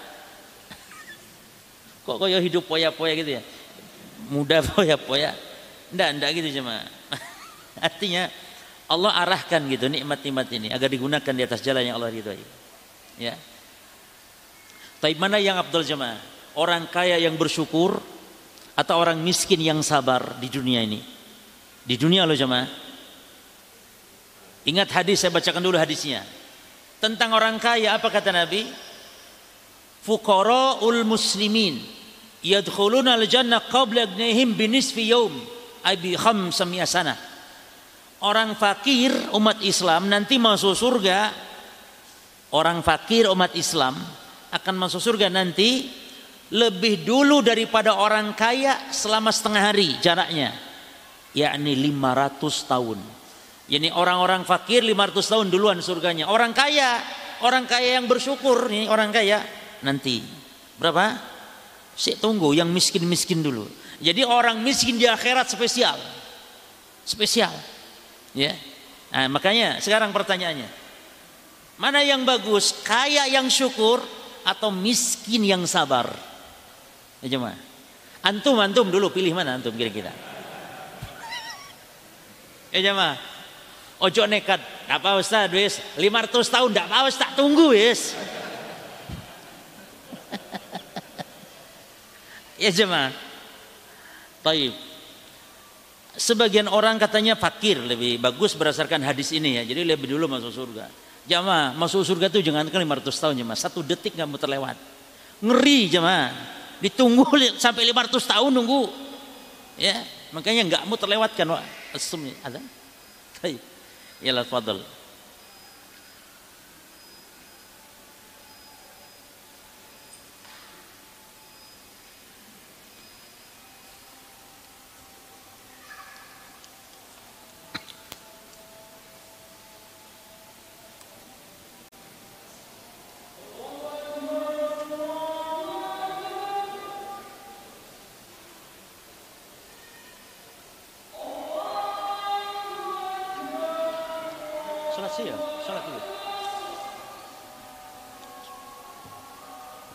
kok koyo hidup poya-poya gitu ya, mudah poya-poya, ndak ndak gitu cuma. Artinya Allah arahkan gitu nikmat-nikmat ini agar digunakan di atas jalan yang Allah ridhoi. Ya. Tapi mana yang afdal jemaah? Orang kaya yang bersyukur atau orang miskin yang sabar di dunia ini? Di dunia loh jemaah. Ingat hadis, saya bacakan dulu hadisnya. Tentang orang kaya apa kata Nabi? Fuqara'ul muslimin yadkhuluna al-jannah qabla aghnihim binisfi yawm, ay bi khamsami'a sanah. Orang fakir umat Islam nanti masuk surga. Orang fakir umat Islam akan masuk surga nanti lebih dulu daripada orang kaya selama setengah hari jaraknya, yakni lima ratus tahun. Yani orang-orang fakir lima ratus tahun duluan surganya. Orang kaya, orang kaya yang bersyukur nih, orang kaya nanti berapa? Sik tunggu yang miskin-miskin dulu. Jadi orang miskin di akhirat spesial. Spesial. Ya. Nah, makanya sekarang pertanyaannya, mana yang bagus, kaya yang syukur atau miskin yang sabar? Ya cuma antum antum dulu pilih mana antum kira-kira? Ya jemaah, ojo nekat, nggak apa Ustaz, wis lima ratus tahun nggak apa Ustaz, tak tunggu wis. Ya jemaah, taib. Sebagian orang katanya fakir lebih bagus berdasarkan hadis ini ya, jadi lebih dulu masuk surga. Jemaah, masuk surga itu jangan kan lima ratus tahun jemaah, satu detik nggak mau terlewat. Ngeri jemaah, ditunggu sampai lima ratus tahun nunggu. Ya, makanya nggak mau terlewatkan. Wah, asum ada. Taib. Ya la fadl. Salat siya, salat dulu.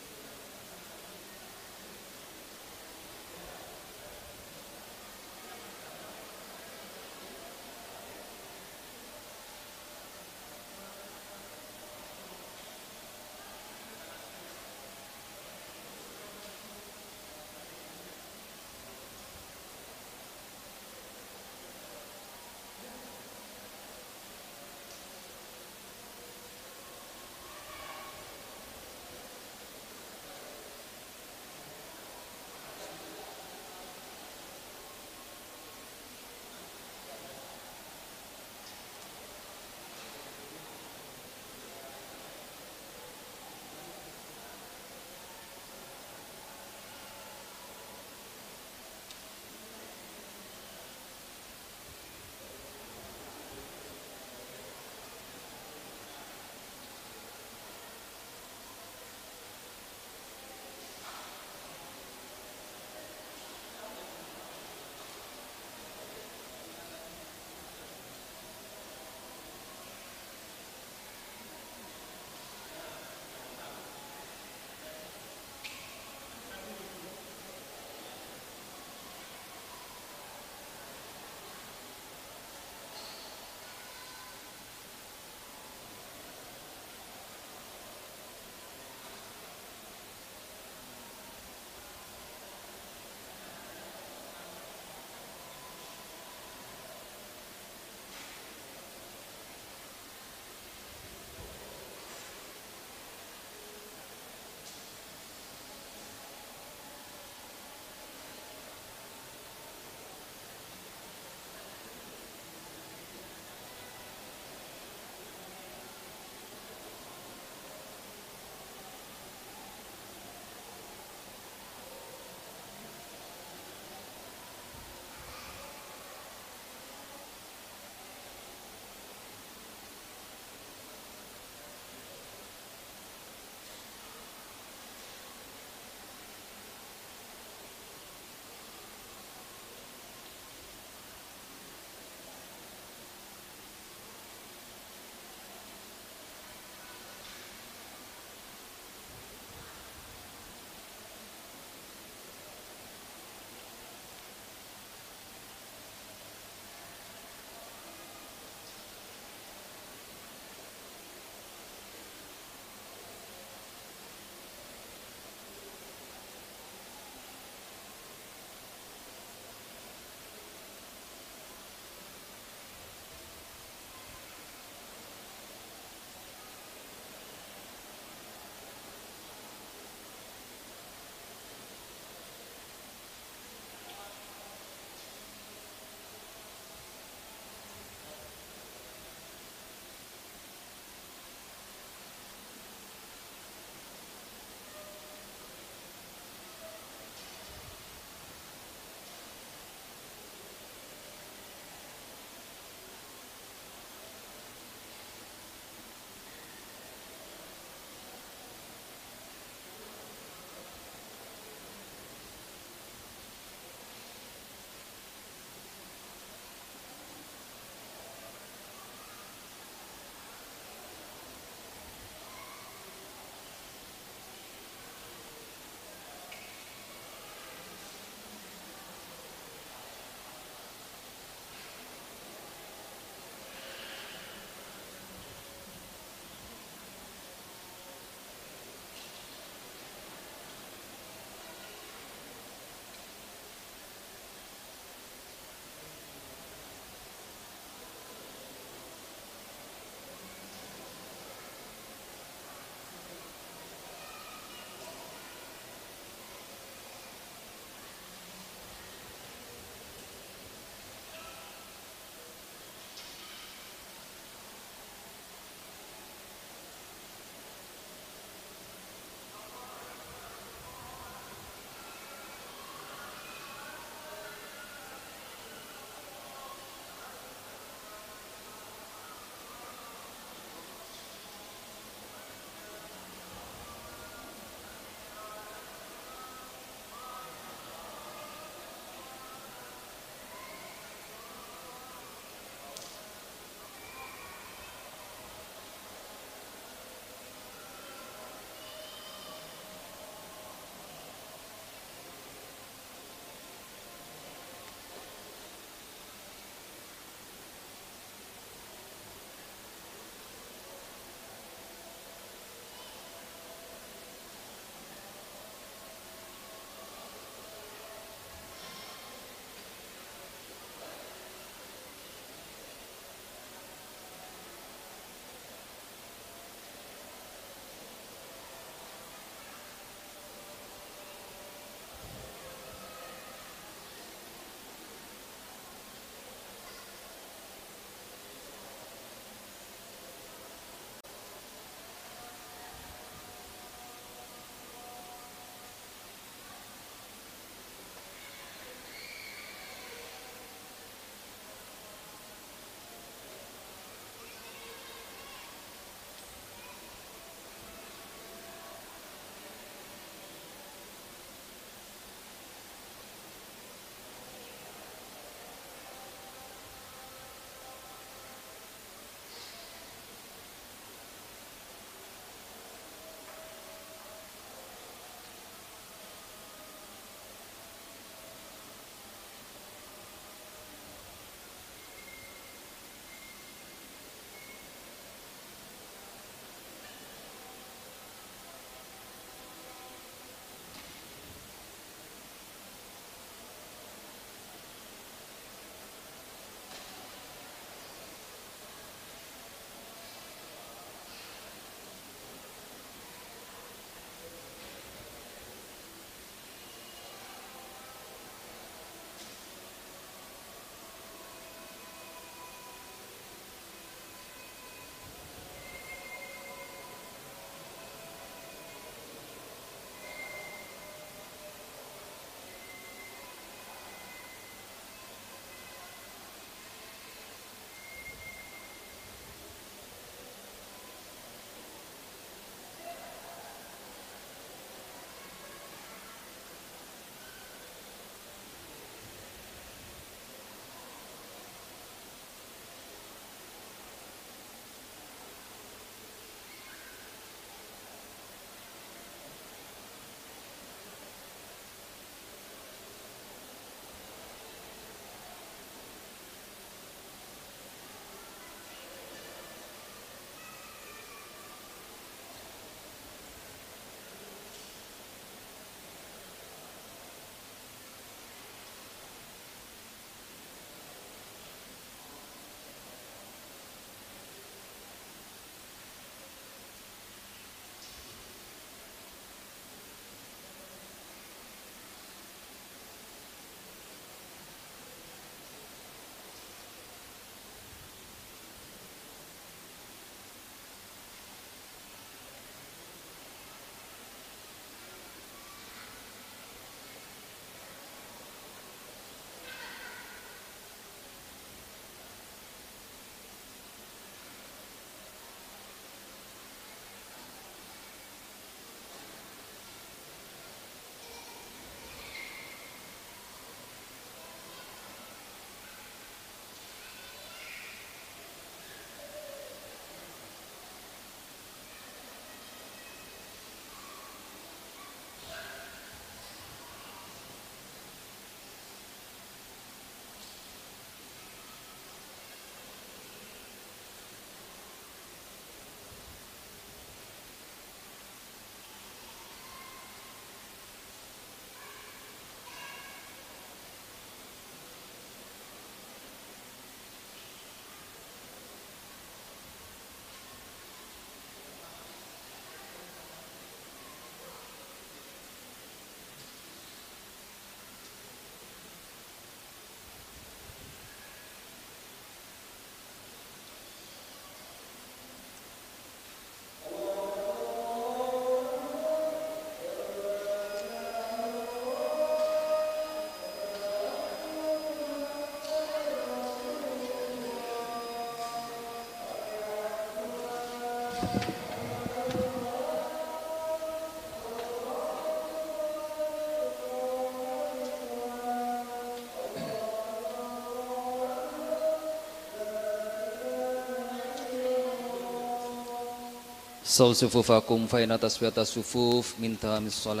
Saw sufufakum fa inna taswiyata sufuf min tamamis shalah.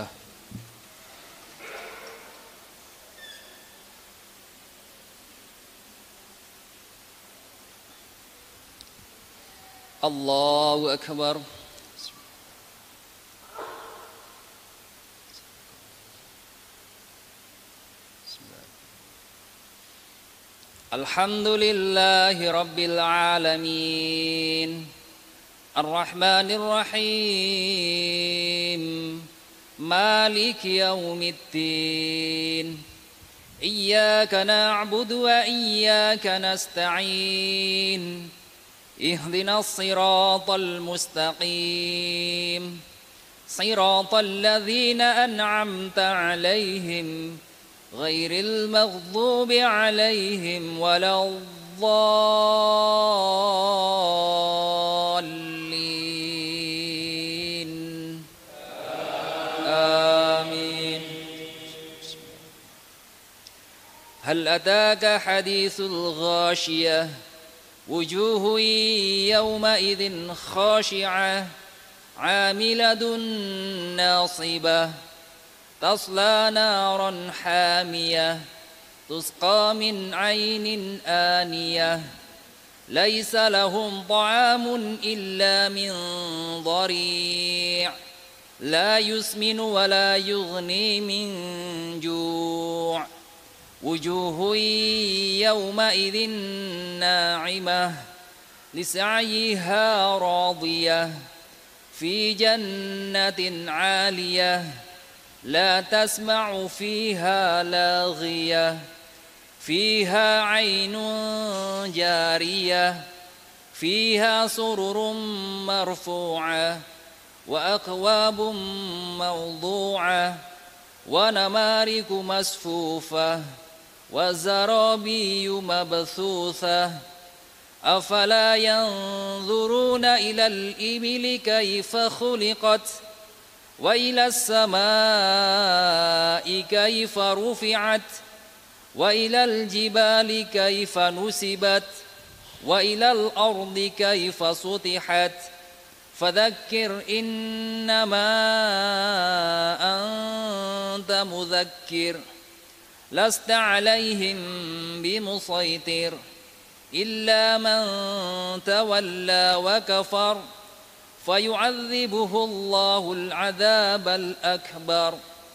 Allahu akbar. Alhamdulillahi rabbil alamin. الرحمن الرحيم مالك يوم الدين إياك نعبد وإياك نستعين اهدنا الصراط المستقيم صراط الذين أنعمت عليهم غير المغضوب عليهم ولا الضالين. هل أتاك حديث الغاشية وجوه يومئذ خاشعة عاملة ناصبة تصلى نارا حامية تسقى من عين آنية ليس لهم طعام إلا من ضريع لا يسمن ولا يغني من جوع وجوه يومئذ ناعمة لسعيها راضية في جنة عالية لا تسمع فيها لاغية فيها عين جارية فيها سرر مرفوعة وأكواب موضوعة ونمارق مصفوفة وزرابي مبثوثة أفلا ينظرون إلى الإبل كيف خلقت وإلى السماء كيف رفعت وإلى الجبال كيف نسبت وإلى الأرض كيف سطحت فذكر إنما أنت مذكر لست عليهم بمسيطر إلا من تولى وكفر فيعذبه الله العذاب الأكبر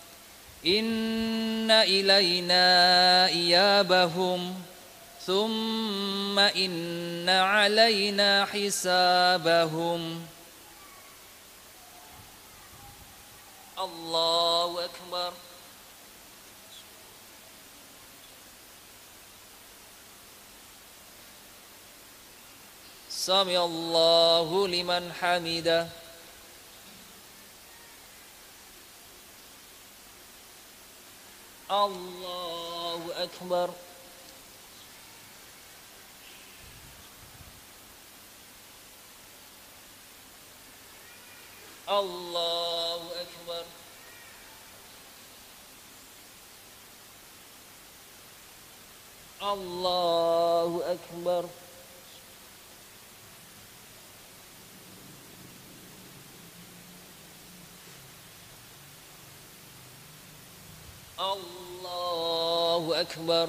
إن إلينا إيابهم ثم إن علينا حسابهم. الله أكبر. سمع الله لمن حمده. الله أكبر. الله أكبر. الله أكبر. الله أكبر.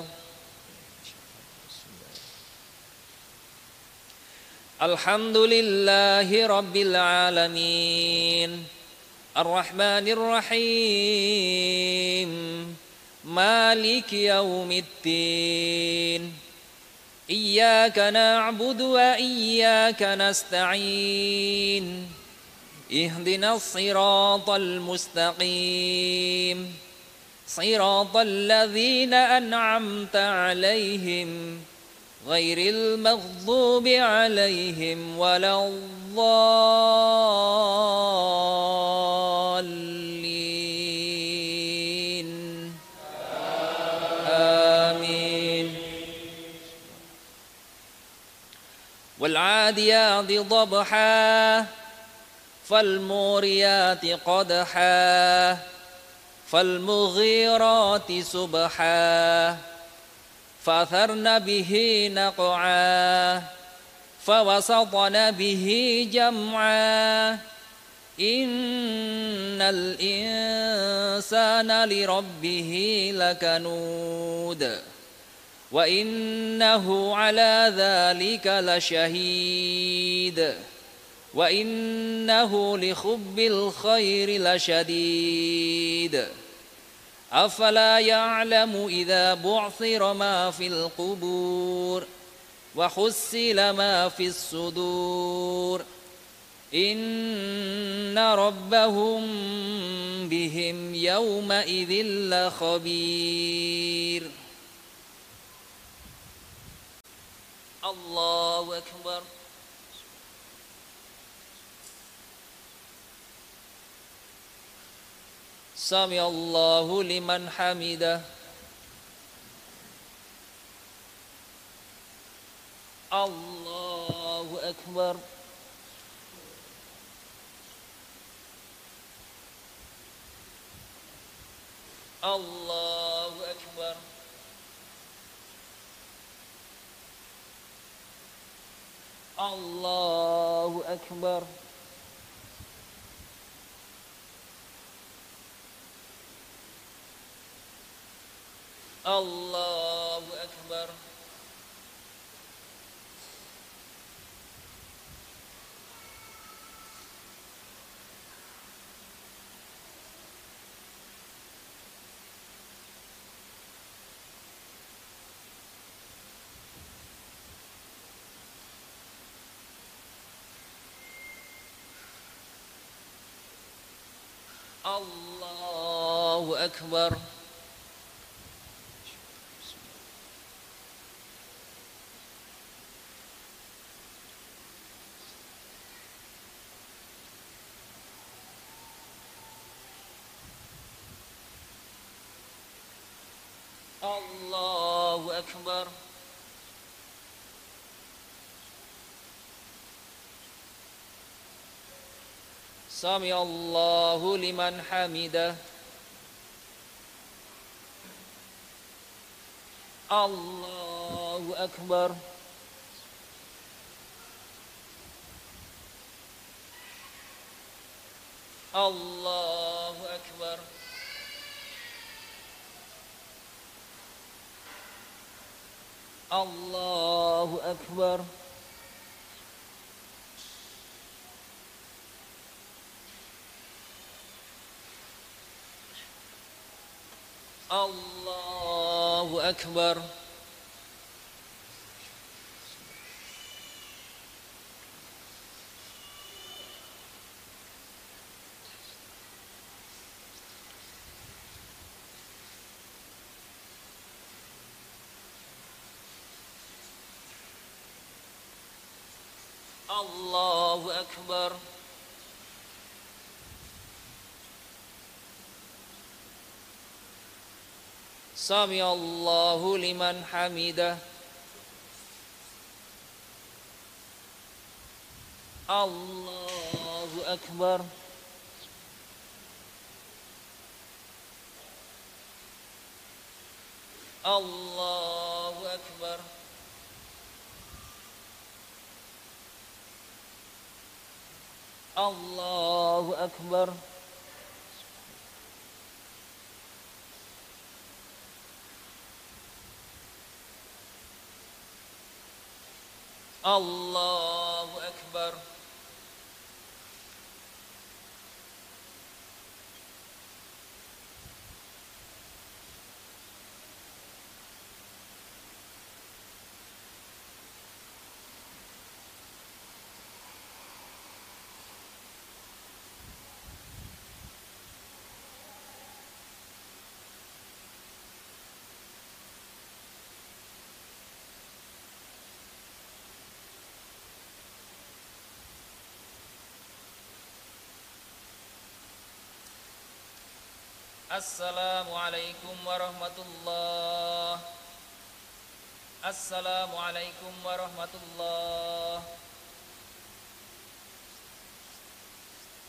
الحمد لله رب العالمين الرحمن الرحيم مالك يوم الدين إياك نعبد وإياك نستعين اهدنا الصراط المستقيم صراط الذين أنعمت عليهم غير المغضوب عليهم ولا الضالين. آمين. والعاديات ضبحا فالموريات قدحا فالمغيرات سبحا فأثرن به نقعا فوسطن به جمعا إن الإنسان لربه لكنود وإنه على ذلك لشهيد وإنه لحب الخير لشديد أفلا يعلم إذا بعثر ما في القبور وحصل ما في الصدور إن ربهم بهم يومئذ لخبير الله أكبر سمع الله لمن حمده الله أكبر الله أكبر الله أكبر الله أكبر الله أكبر الله أكبر سمع الله لمن حمده الله أكبر الله أكبر الله أكبر الله أكبر الله أكبر سمع الله لمن حمده الله أكبر الله أكبر الله أكبر الله أكبر Assalamualaikum warahmatullah. Assalamualaikum warahmatullah.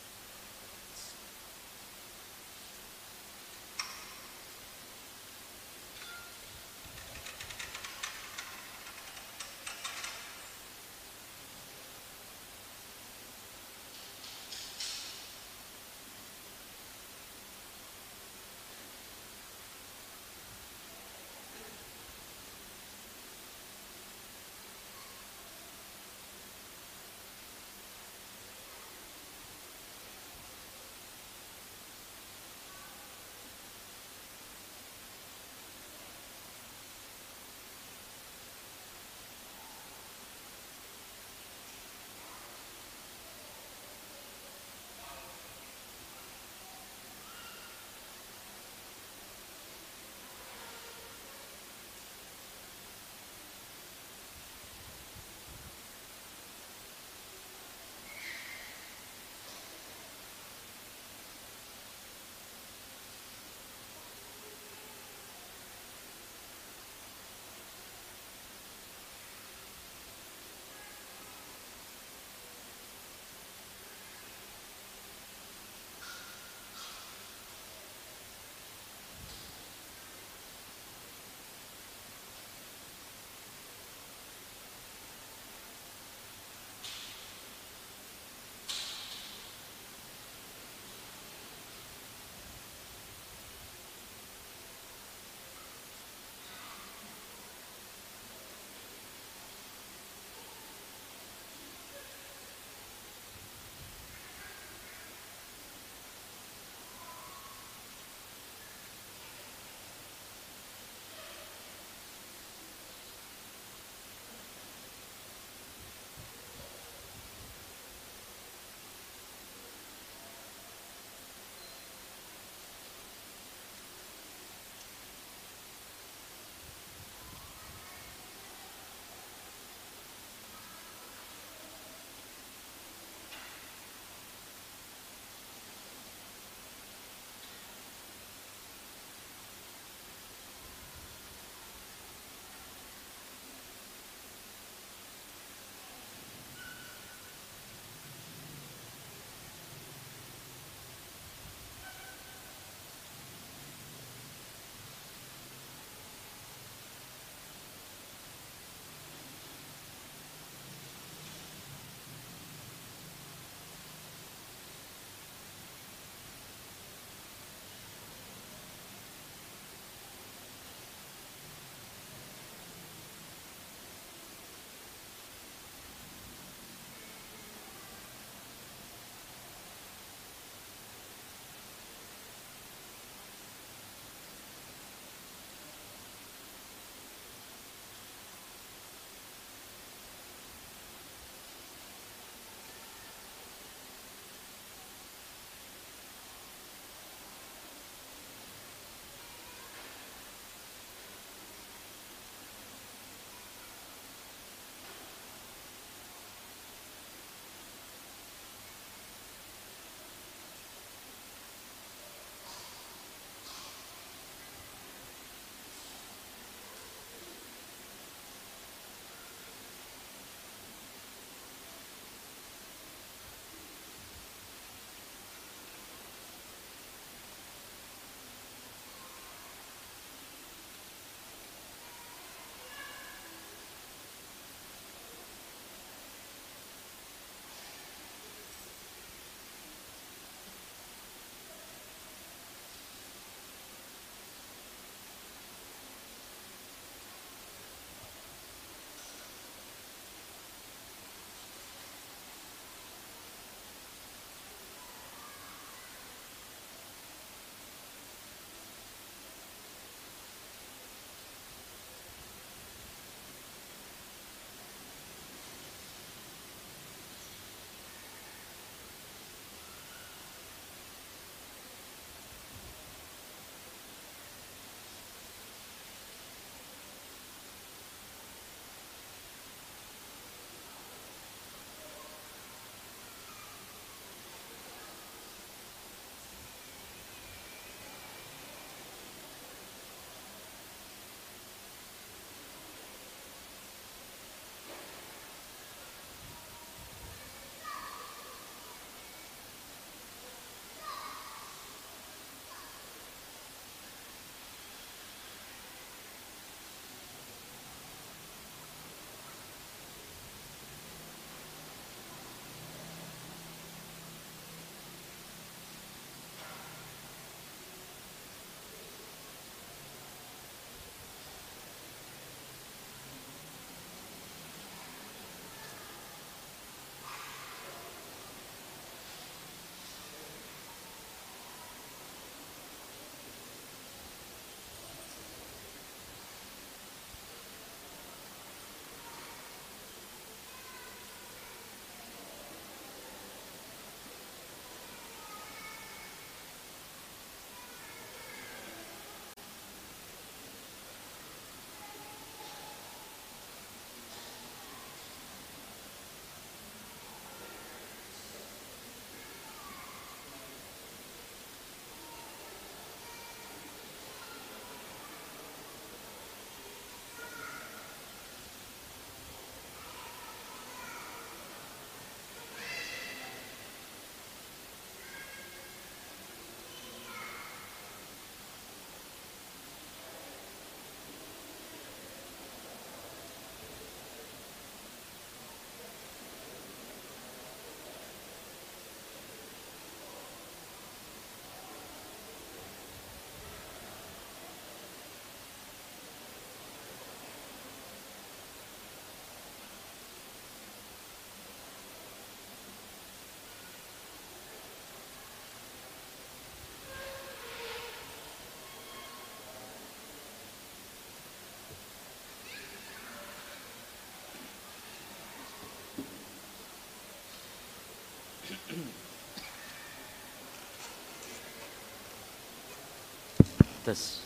tes.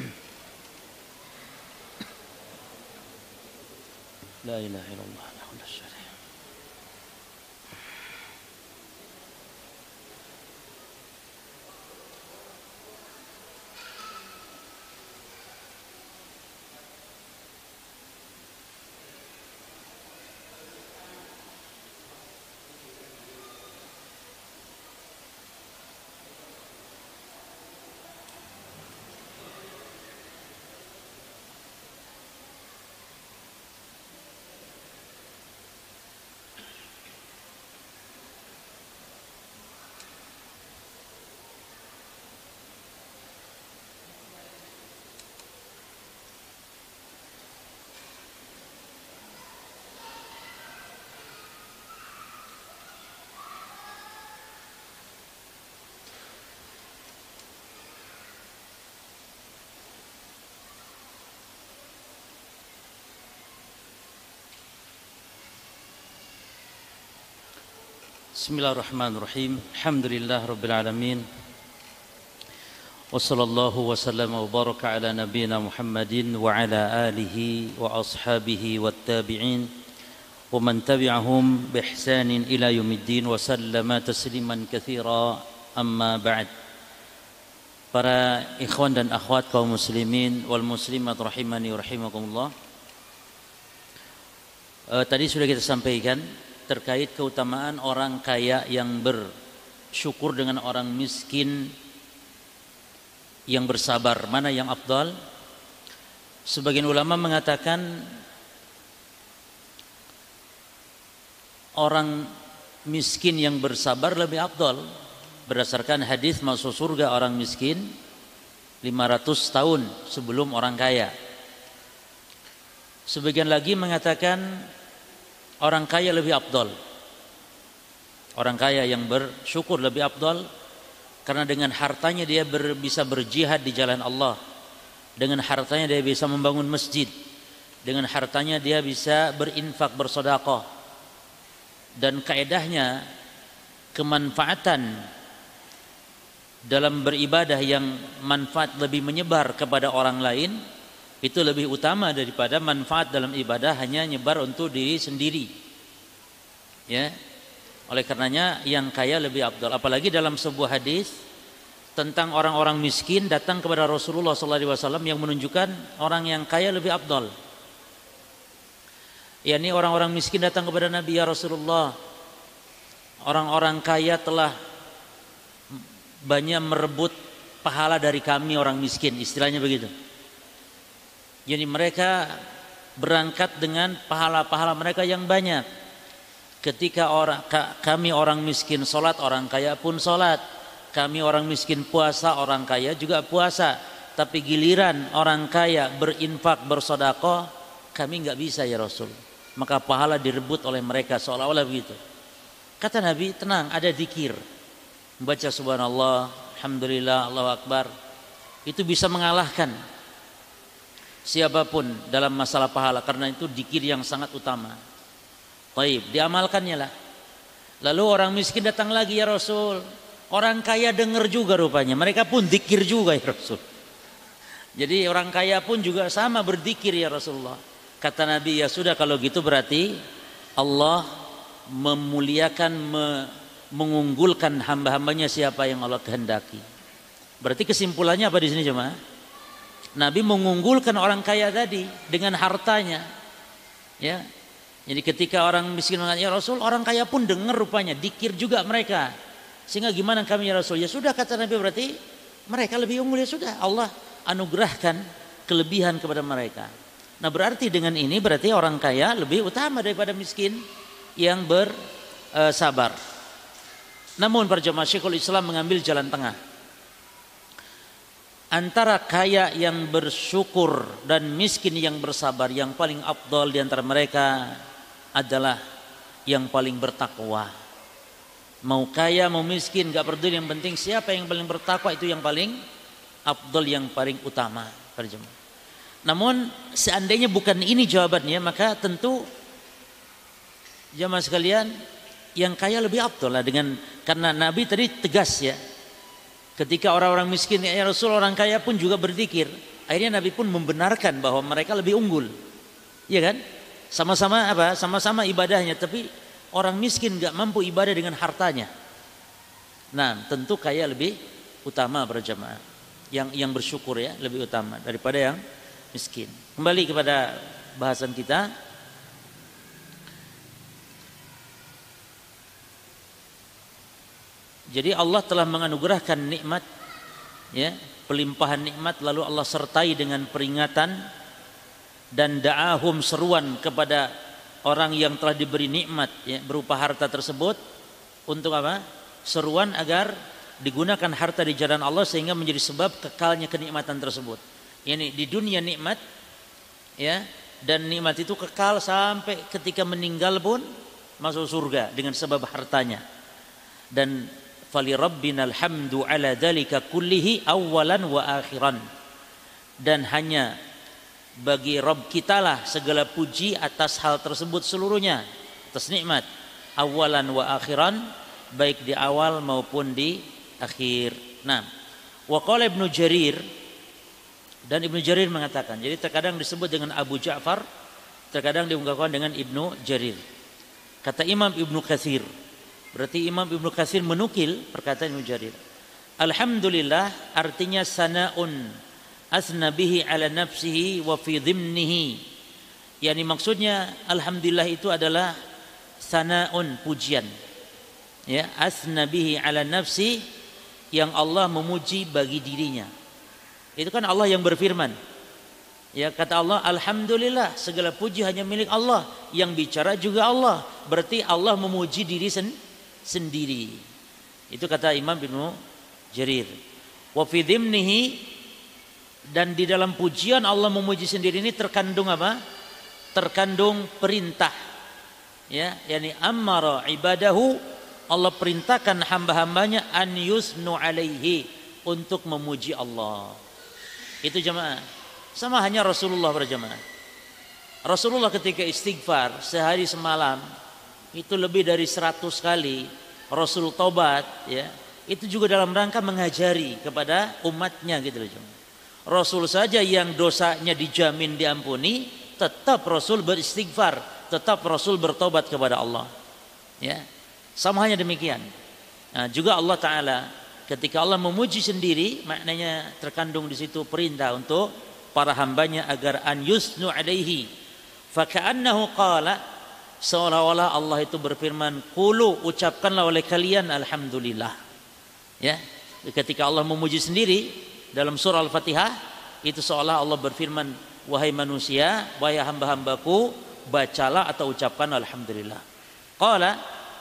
La ilaha illallah. Bismillahirrahmanirrahim. Alhamdulillah rabbil alamin. Wa sallallahu wa sallam wa baraka ala nabiyyina Muhammadin wa ala alihi wa ashabihi wat tabi'in wa man tabi'ahum bi ihsanin ila yaumiddin wa sallama tasliman katsira, amma ba'd. Para ikhwan dan akhwat kaum muslimin wal muslimat rahimani wa rahimakumullah. Uh, tadi sudah kita sampaikan terkait keutamaan orang kaya yang bersyukur dengan orang miskin yang bersabar, mana yang afdal. Sebagian ulama mengatakan orang miskin yang bersabar lebih afdal berdasarkan hadis masuk surga orang miskin lima ratus tahun sebelum orang kaya. Sebagian lagi mengatakan orang kaya lebih afdal. Orang kaya yang bersyukur lebih afdal karena dengan hartanya dia ber, bisa berjihad di jalan Allah. Dengan hartanya dia bisa membangun masjid. Dengan hartanya dia bisa berinfak, bersedekah. Dan kaedahnya kemanfaatan dalam beribadah yang manfaat lebih menyebar kepada orang lain itu lebih utama daripada manfaat dalam ibadah hanya nyebar untuk diri sendiri. Ya. Oleh karenanya yang kaya lebih afdal. Apalagi dalam sebuah hadis tentang orang-orang miskin datang kepada Rasulullah sallallahu alaihi wasallam yang menunjukkan orang yang kaya lebih afdal. yakni orang-orang miskin datang kepada Nabi, ya Rasulullah, orang-orang kaya telah banyak merebut pahala dari kami orang miskin, istilahnya begitu. Jadi mereka berangkat dengan pahala-pahala mereka yang banyak. Ketika orang kami orang miskin sholat, orang kaya pun sholat. Kami orang miskin puasa, orang kaya juga puasa. Tapi giliran orang kaya berinfak, bersedekah, kami nggak bisa ya Rasul. Maka pahala direbut oleh mereka, seolah-olah begitu. Kata Nabi, tenang, ada zikir. Membaca subhanallah, alhamdulillah, Allahu akbar. Itu bisa mengalahkan siapapun dalam masalah pahala, karena itu zikir yang sangat utama. Baik, diamalkannya lah. Lalu orang miskin datang lagi, ya Rasul. Orang kaya dengar juga rupanya, mereka pun zikir juga ya Rasul. Jadi orang kaya pun juga sama berzikir ya Rasulullah. Kata Nabi, ya sudah kalau gitu berarti Allah memuliakan, me, mengunggulkan hamba-hambanya siapa yang Allah kehendaki. Berarti kesimpulannya apa di sini cuma? Nabi mengunggulkan orang kaya tadi dengan hartanya. Ya. Jadi ketika orang miskin mengatakan, ya Rasul, orang kaya pun dengar rupanya, zikir juga mereka. Sehingga gimana kami ya Rasul? Ya sudah, kata Nabi, berarti mereka lebih unggul, ya sudah. Allah anugerahkan kelebihan kepada mereka. Nah berarti dengan ini berarti orang kaya lebih utama daripada miskin yang bersabar. Namun para jemaah, Syekhul Islam mengambil jalan tengah antara kaya yang bersyukur dan miskin yang bersabar. Yang paling afdal di antara mereka adalah yang paling bertakwa. Mau kaya mau miskin gak peduli, yang penting siapa yang paling bertakwa itu yang paling afdal, yang paling utama para jemaah. Namun seandainya bukan ini jawabannya, maka tentu jemaah sekalian yang kaya lebih afdal lah, dengan karena Nabi tadi tegas ya. Ketika orang-orang miskin, ya Rasul, orang kaya pun juga berzikir. Akhirnya Nabi pun membenarkan bahwa mereka lebih unggul. Iya kan? Sama-sama apa? Sama-sama ibadahnya, tapi orang miskin enggak mampu ibadah dengan hartanya. Nah, tentu kaya lebih utama berjamaah. Yang yang bersyukur ya lebih utama daripada yang miskin. Kembali kepada bahasan kita. Jadi Allah telah menganugerahkan nikmat, ya, pelimpahan nikmat, lalu Allah sertai dengan peringatan dan da'ahum, seruan kepada orang yang telah diberi nikmat, ya, berupa harta tersebut, untuk apa? Seruan agar digunakan harta di jalan Allah sehingga menjadi sebab kekalnya kenikmatan tersebut. Yani di dunia nikmat, ya, dan nikmat itu kekal sampai ketika meninggal pun masuk surga dengan sebab hartanya. Dan fali rabbinal hamdu ala dzalika kullihi awalan wa akhiran, dan hanya bagi Rabb kita lah segala puji atas hal tersebut seluruhnya, atas nikmat awalan wa akhiran, baik di awal maupun di akhir. Nah, wa qala Ibnu Jarir, dan Ibnu Jarir mengatakan, jadi terkadang disebut dengan Abu Ja'far, terkadang diungkapkan dengan Ibnu Jarir. Kata Imam Ibnu Katsir, berarti Imam Ibnu Katsir menukil perkataan Ibnu Jarir. Alhamdulillah artinya sana'un asna bihi ala nafsihi wa fi dhimnihi. Yani maksudnya alhamdulillah itu adalah sana'un, pujian. Ya, asna bihi ala nafsi, yang Allah memuji bagi dirinya. Itu kan Allah yang berfirman. Ya, kata Allah, alhamdulillah segala puji hanya milik Allah, yang bicara juga Allah. Berarti Allah memuji diri sendiri. sendiri. Itu kata Imam Ibnu Jarir. Wa fi dhimnihi, dan di dalam pujian Allah memuji sendiri ini terkandung apa? Terkandung perintah. Ya, yani amara ibadahu, Allah perintahkan hamba-hambanya an yusnu alaihi, untuk memuji Allah. Itu jemaah. Sama hanya Rasulullah berjamaah. Rasulullah ketika istighfar sehari semalam itu lebih dari seratus kali, Rasul tobat, ya, itu juga dalam rangka mengajari kepada umatnya gitu loh. Rasul saja yang dosanya dijamin diampuni, tetap Rasul beristighfar, tetap Rasul bertobat kepada Allah. Ya, sama hanya demikian. Nah, juga Allah Taala ketika Allah memuji sendiri, maknanya terkandung di situ perintah untuk para hambanya agar an yusnu alaihi. Fa ka'annahu qala, seolah-olah Allah itu berfirman, qulu, ucapkanlah oleh kalian alhamdulillah. Ya, ketika Allah memuji sendiri dalam surah Al-Fatihah, itu seolah Allah berfirman, wahai manusia, wahai hamba-hambaku, bacalah atau ucapkan alhamdulillah. Qala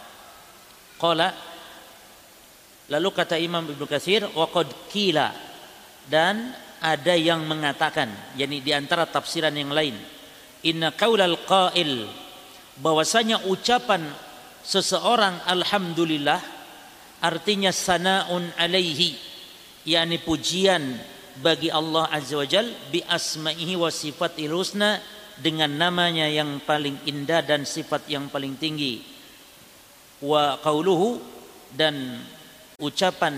qala lalu kata Imam Ibnu Katsir, wa qad qila, dan ada yang mengatakan, yakni di antara tafsiran yang lain, inna qaulal qail, bahwasanya ucapan seseorang alhamdulillah artinya sana'un alaihi, yakni pujian bagi Allah azza wajal, bi asma'ihi wa sifatil husna, dengan namanya yang paling indah dan sifat yang paling tinggi. Wa qauluhu, dan ucapan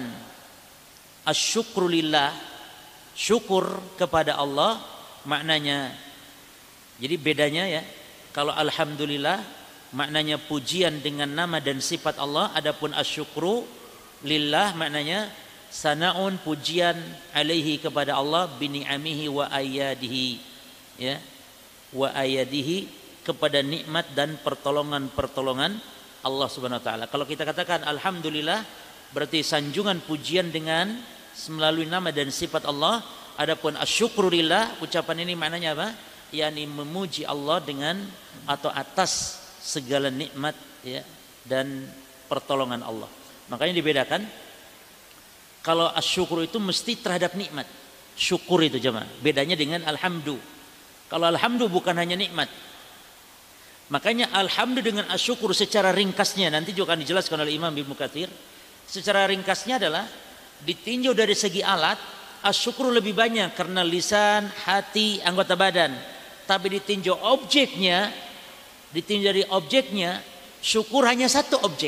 asyukru lillah, syukur kepada Allah, maknanya, jadi bedanya ya, kalau alhamdulillah maknanya pujian dengan nama dan sifat Allah, adapun asyukru lillah maknanya sana'un, pujian alaihi kepada Allah, bini'amihi wa ayadihi, ya, wa ayadihi, kepada nikmat dan pertolongan-pertolongan Allah Subhanahu wa taala. Kalau kita katakan alhamdulillah berarti sanjungan pujian dengan melalui nama dan sifat Allah. Adapun asyukrulillah, ucapan ini maknanya apa? yakni memuji Allah dengan atau atas segala nikmat, ya, dan pertolongan Allah. Makanya dibedakan, kalau asyukur itu mesti terhadap nikmat. Syukur itu jemaah. Bedanya dengan alhamdu. Kalau alhamdu bukan hanya nikmat. Makanya alhamdu dengan asyukur secara ringkasnya nanti juga akan dijelaskan oleh Imam Ibnu Katsir. Secara ringkasnya adalah ditinjau dari segi alat, asyukur lebih banyak karena lisan, hati, anggota badan. Tapi ditinjau objeknya, ditinjau dari objeknya, Syukur hanya satu objek.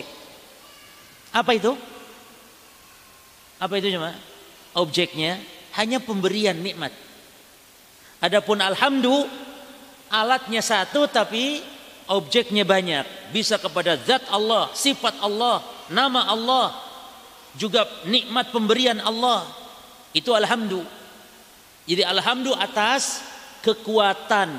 Apa itu? Apa itu cuma? Objeknya hanya pemberian nikmat. Adapun alhamdu, alatnya satu tapi objeknya banyak. Bisa kepada zat Allah, sifat Allah, nama Allah, juga nikmat pemberian Allah. Itu alhamdu. Jadi alhamdu atas kekuatan,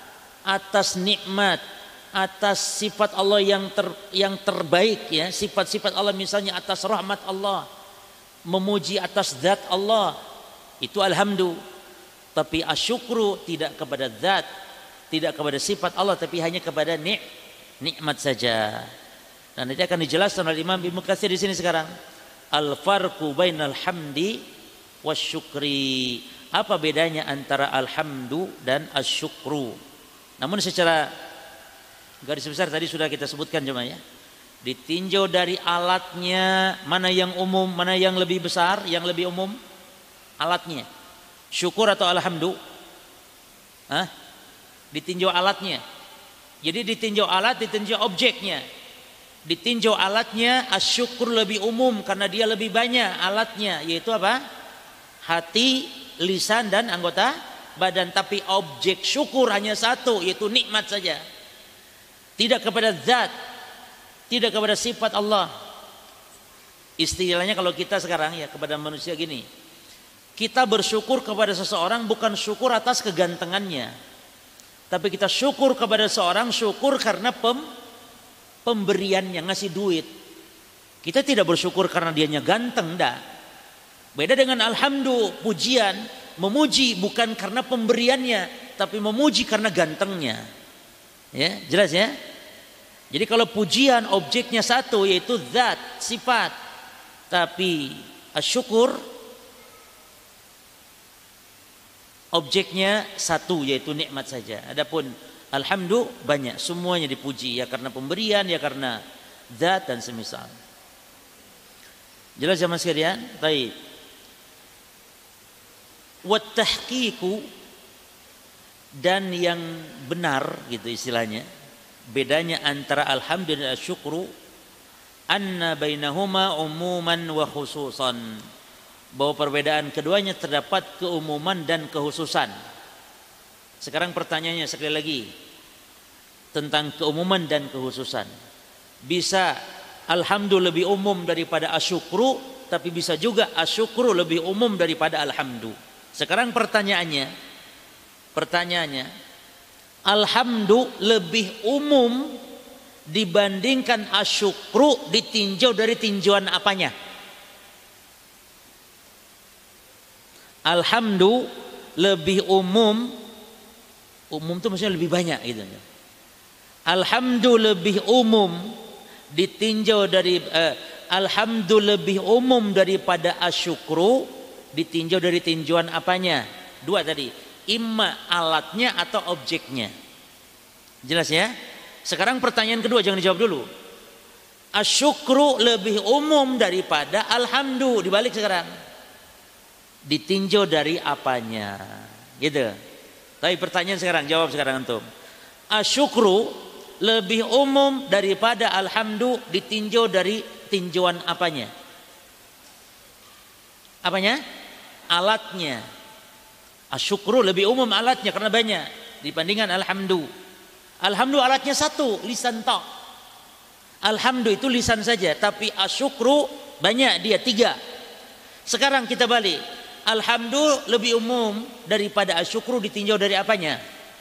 atas nikmat, atas sifat Allah yang ter, yang terbaik ya, sifat-sifat Allah misalnya atas rahmat Allah, memuji atas zat Allah, itu alhamdu. Tapi asyukru tidak kepada zat, tidak kepada sifat Allah, tapi hanya kepada nik, nikmat saja. Dan nanti akan dijelaskan oleh Imam Ibnu Katsir di sini sekarang. Al farqu bainal hamdi wasyukri. Apa bedanya antara alhamdu dan asyukru? Namun secara garis besar tadi sudah kita sebutkan jemaah ya. Ditinjau dari alatnya, mana yang umum, mana yang lebih besar, yang lebih umum alatnya. Syukur atau alhamdu? Hah? Ditinjau alatnya. Jadi ditinjau alat, ditinjau objeknya. Ditinjau alatnya, asyukur lebih umum karena dia lebih banyak alatnya, yaitu apa? Hati, lisan dan anggota badan. Tapi objek syukur hanya satu, yaitu nikmat saja. Tidak kepada zat, tidak kepada sifat Allah. Istilahnya kalau kita sekarang ya kepada manusia gini, kita bersyukur kepada seseorang bukan syukur atas kegantengannya, tapi kita syukur kepada seorang syukur karena pem, pemberiannya, ngasih duit. Kita tidak bersyukur karena dianya ganteng, enggak. Beda dengan alhamdu, pujian, memuji bukan karena pemberiannya, tapi memuji karena gantengnya. Ya, jelas ya? Jadi kalau pujian objeknya satu yaitu zat, sifat. Tapi asyukur objeknya satu yaitu nikmat saja. Adapun alhamdu banyak, semuanya dipuji ya karena pemberian, ya karena zat dan semisal. Jelas jemaah sekalian? Baik. Wa tahqiqu, dan yang benar gitu istilahnya, bedanya antara alhamdu dan asyukru, anna bainahuma umuman wa khususan, bahwa perbedaan keduanya terdapat keumuman dan kekhususan. Sekarang pertanyaannya sekali lagi tentang keumuman dan kekhususan. Bisa alhamdu lebih umum daripada asyukru, tapi bisa juga asyukru lebih umum daripada alhamdu. Sekarang pertanyaannya, pertanyaannya, alhamdu lebih umum dibandingkan asyukru ditinjau dari tinjauan apanya? Alhamdu lebih umum, umum itu maksudnya lebih banyak gitu. Alhamdu lebih umum ditinjau dari eh, alhamdu lebih umum daripada asyukru ditinjau dari tinjauan apanya? Dua tadi, imma alatnya atau objeknya. Jelas ya? Sekarang pertanyaan kedua jangan dijawab dulu. Asyukru lebih umum daripada alhamdu, dibalik sekarang. Ditinjau dari apanya? Gitu. Tapi pertanyaan sekarang, jawab sekarang antum. Asyukru lebih umum daripada alhamdu ditinjau dari tinjauan apanya? Apanya? Alatnya. Asyukru lebih umum alatnya karena banyak dibandingkan alhamdu. Alhamdu alatnya satu, lisan tok. Alhamdu itu lisan saja, tapi asyukru banyak dia, tiga. Sekarang kita balik. Alhamdu lebih umum daripada asyukru ditinjau dari apanya?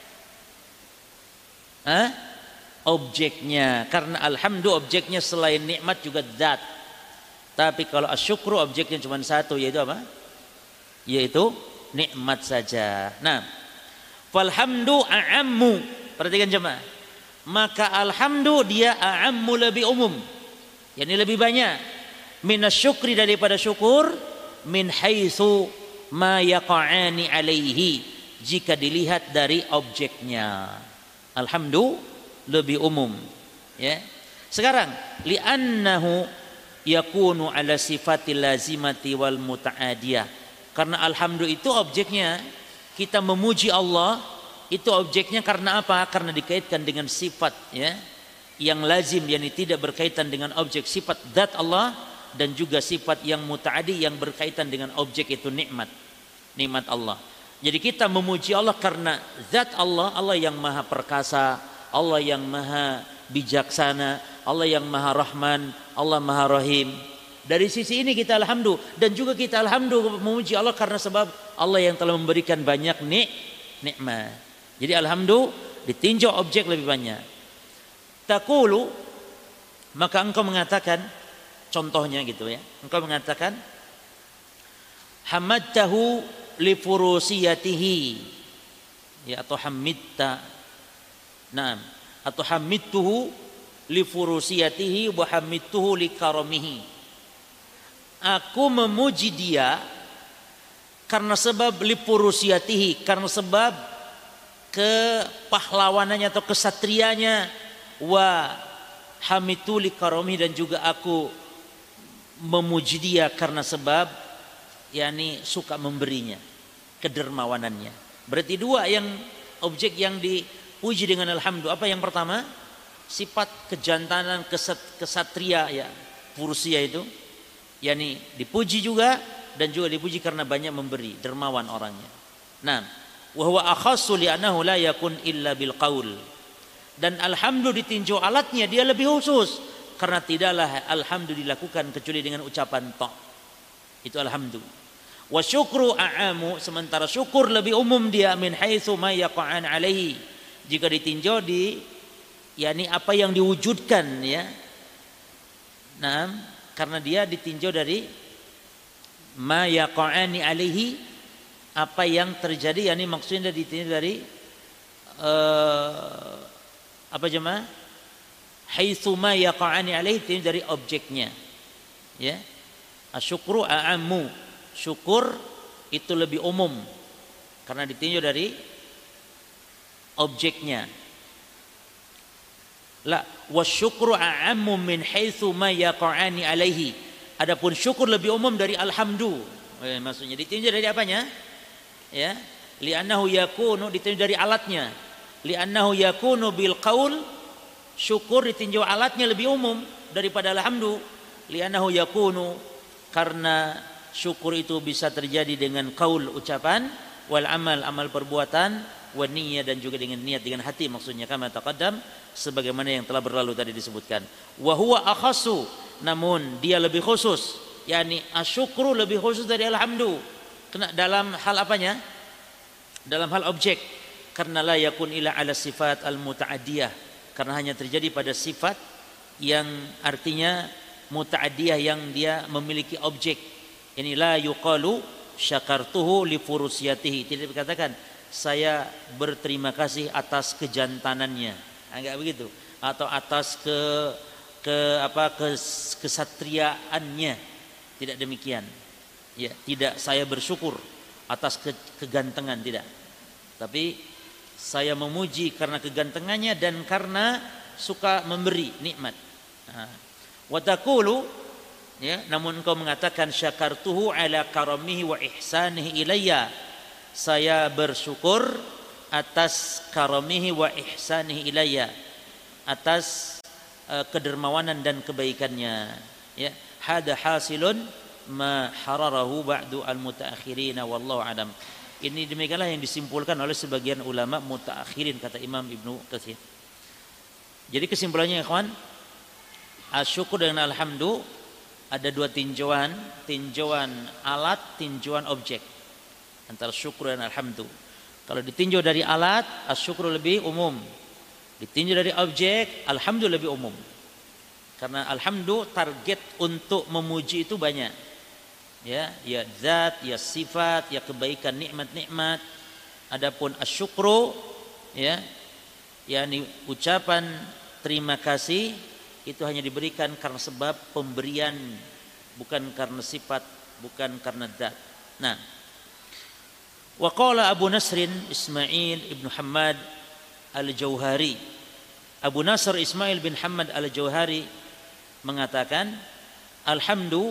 Hah? Objeknya. Karena alhamdu objeknya selain nikmat juga zat. Tapi kalau asyukru objeknya cuma satu, yaitu apa? Yaitu nikmat saja. Nah, falhamdu a'ammu. Perhatikan jemaah. Maka alhamdu dia a'ammu lebih umum. Yani lebih banyak. Minasyukri daripada syukur. Min haitsu ma yaqa'ani alaihi. Jika dilihat dari objeknya. Alhamdu lebih umum. Ya. Sekarang li'annahu yakunu ala sifatil lazimati wal muta'adiyah. Karena alhamdu itu objeknya kita memuji Allah, itu objeknya karena apa? Karena dikaitkan dengan sifat ya, yang lazim, yakni tidak berkaitan dengan objek, sifat zat Allah, dan juga sifat yang mutaaddi yang berkaitan dengan objek, itu nikmat, nikmat Allah. Jadi kita memuji Allah karena zat Allah, Allah yang maha perkasa, Allah yang maha bijaksana, Allah yang maha rahman, Allah maha rahim. Dari sisi ini kita alhamdulillah, dan juga kita alhamdulillah memuji Allah karena sebab Allah yang telah memberikan banyak nik nikmat. Jadi alhamdulillah ditinjau objek lebih banyak. Taqulu, maka engkau mengatakan, contohnya gitu ya, engkau mengatakan hamadtahu li furusiyatihi, ya, atau hamitta, nah, atau hamidtuhu li furusiyatihi wa hamidtuhu li karamihi. Aku memuji dia karena sebab li furusiyatihi, karena sebab kepahlawanannya atau kesatrianya, wa hamidtu li karamihi, dan juga aku memuji dia karena sebab yakni suka memberinya, kedermawanannya. Berarti dua yang objek yang dipuji dengan alhamdulillah. Apa yang pertama? Sifat kejantanan, kesat, kesatria, ya, furusia itu, yakni dipuji juga, dan juga dipuji karena banyak memberi, dermawan orangnya. Nah, wa huwa akhassu li'annahu la yakun illa bil qaul. Dan alhamdulillah ditinjau alatnya dia lebih khusus karena tidaklah alhamdulillah dilakukan kecuali dengan ucapan ta'. Itu alhamdulillah. Wa syukru a'amu, sementara syukur lebih umum dia, min haitsu ma yaqa'an alaihi, jika ditinjau di yakni apa yang diwujudkan, ya. Nah, karena dia ditinjau dari ma yaqa'ani alaihi, apa yang terjadi, yakni maksudnya ditinjau dari uh, apa jemaah? Haitsu ma yaqa'ani alaihi, dari objeknya, ya. Asyukru a'ammu, syukur itu lebih umum karena ditinjau dari objeknya. La wasyukru a'ammu min haitsu ma yaqa'ani alaihi. Adapun syukur lebih umum dari alhamdulillah. Eh, maksudnya ditinjau dari apanya? Ya, li'annahu yakunu, ditinjau dari alatnya. Li'annahu yakunu bil qaul, syukur ditinjau alatnya lebih umum daripada alhamdulillah. Li'annahu yakunu, karena syukur itu bisa terjadi dengan qaul, ucapan, wal amal, amal perbuatan, wa niyyah, dan juga dengan niat, dengan hati maksudnya, kama taqaddam, sebagaimana yang telah berlalu tadi disebutkan. Wa huwa akhassu, namun dia lebih khusus, yakni asyukru lebih khusus dari alhamdu. Kena dalam hal apanya? Dalam hal objek. Karena la yakun ila ala sifat al muta'addiyah, karena hanya terjadi pada sifat yang artinya muta'addiyah, yang dia memiliki objek. Ini la yuqalu syakartuhu li furusiyatihi, tidak dikatakan saya berterima kasih atas kejantanannya, enggak begitu, atau atas ke ke apa kes, kesatriaannya, tidak demikian, ya. Tidak saya bersyukur atas ke, kegantengan, tidak, tapi saya memuji karena kegantengannya dan karena suka memberi nikmat. Wa taqulu, ya, namun engkau mengatakan syakartuhu ala karamihi wa ihsanihi ilayya, saya bersyukur atas karamihi wa ihsanihi ilayya, atas uh, kedermawanan dan kebaikannya, ya. Hada hasilun ma hararahu ba'du al-mutaakhirin wallahu alam. Ini demikianlah yang disimpulkan oleh sebagian ulama mutaakhirin, kata Imam Ibnu Katsir. Jadi kesimpulannya, ikhwan, asyukur dengan alhamdu ada dua tinjauan, tinjauan alat, tinjauan objek, antara syukur dan alhamdu. Kalau ditinjau dari alat, asyukur lebih umum. Ditinjau dari objek, alhamdu lebih umum. Karena alhamdu target untuk memuji itu banyak. Ya, ya zat, ya sifat, ya kebaikan, nikmat-nikmat. Adapun asyukru, ya, yakni ucapan terima kasih, itu hanya diberikan karena sebab pemberian, bukan karena sifat, bukan karena zat. Nah, wa qala Abu Nasrin Ismail ibn Hammad al-Jauhari, Abu Nasr Ismail bin Hammad al-Jauhari mengatakan, alhamdu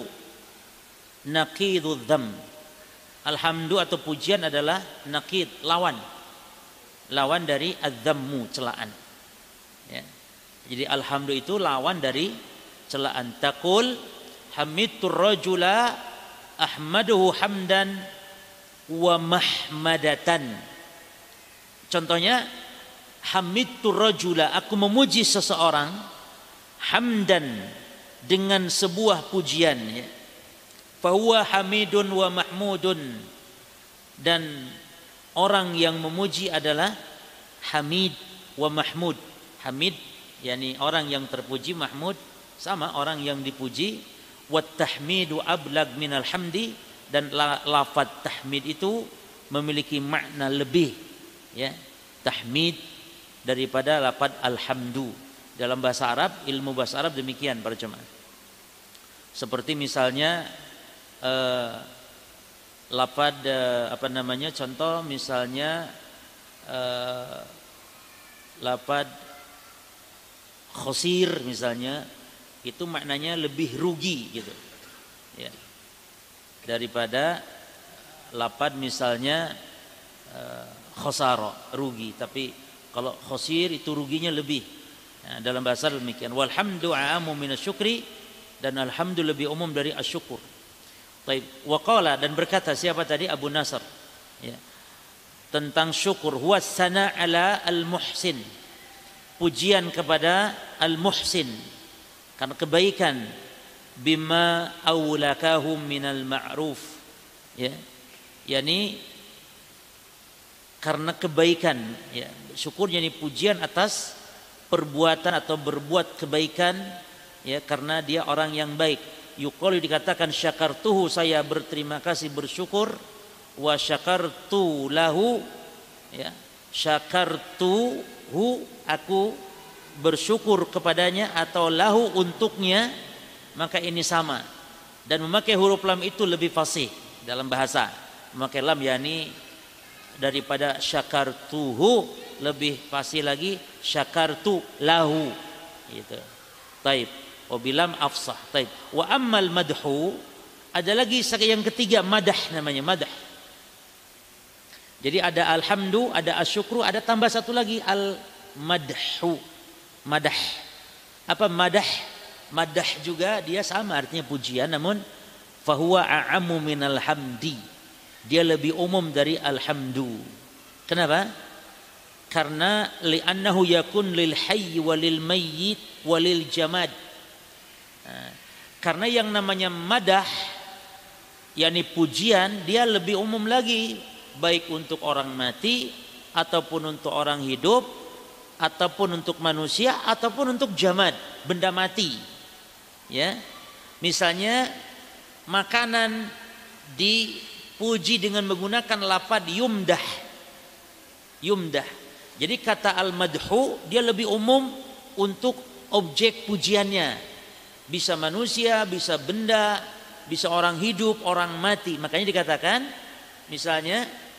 naqidudz dzam. Alhamdu atau pujian adalah naqid, lawan. Lawan dari adzammu, celaan. Ya. Jadi alhamdu itu lawan dari celaan. Taqul hamidtur rajula ahmaduhu hamdan wa mahmadatan. Contohnya hamidtur rajula, aku memuji seseorang hamdan, dengan sebuah pujian, ya. Fahuwa hamidun wa mahmudun, dan orang yang memuji adalah hamid wa mahmud. Hamid yakni orang yang terpuji, mahmud sama orang yang dipuji. Wat tahmidu ablag minal hamdi, dan lafaz tahmid itu memiliki makna lebih, ya, tahmid daripada lafaz alhamdu. Dalam bahasa Arab, ilmu bahasa Arab demikian para jemaah. Seperti misalnya eh, lafaz eh, apa namanya, contoh misalnya eh, lafaz khosir misalnya, itu maknanya lebih rugi gitu, ya, daripada lafaz misalnya eh, khosaro, rugi. Tapi kalau khosir itu ruginya lebih. Nah, dalam bahasa demikian. Walhamdu a'amu minasyukri, dan alhamdu lebih umum dari asyukur. Baik, waqala, dan berkata siapa tadi? Abu Nasr, ya, tentang syukur, huwa sana ala al-muhsin, pujian kepada al-muhsin karena kebaikan, bima aulakahum minal ma'ruf, ya, yakni karena kebaikan, ya, syukurnya ini pujian atas perbuatan atau berbuat kebaikan, ya, karena dia orang yang baik. Yuqalu, dikatakan syakartuhu, saya berterima kasih, bersyukur, wa syakartu lahu, ya, syakartuhu, aku bersyukur kepadanya, atau lahu, untuknya, maka ini sama. Dan memakai huruf lam itu lebih fasih dalam bahasa. Memakai lam yakni daripada syakartuhu, lebih fasih lagi syakartu lahu, gitu. Taib, wabilam afsah. Taib. Wa ammal madhu, ada lagi yang ketiga, madah namanya, madah. Jadi ada alhamdu, ada asyukru, ada tambah satu lagi al madhu, madah. Apa madah? Madah juga dia sama artinya pujian, namun fahuwa a'ammu minal hamdi, dia lebih umum dari alhamdu. Kenapa? Karena li'annahu yakun lil hayy walil mayyit walil jamad. Nah, karena yang namanya madah, yakni pujian, dia lebih umum lagi, baik untuk orang mati ataupun untuk orang hidup, ataupun untuk manusia, ataupun untuk jamad, benda mati, ya. Misalnya makanan dipuji dengan menggunakan lafaz yumdah, yumdah. Jadi kata al-madhu dia lebih umum untuk objek pujiannya, bisa manusia, bisa benda, bisa orang hidup, orang mati. Makanya dikatakan misalnya,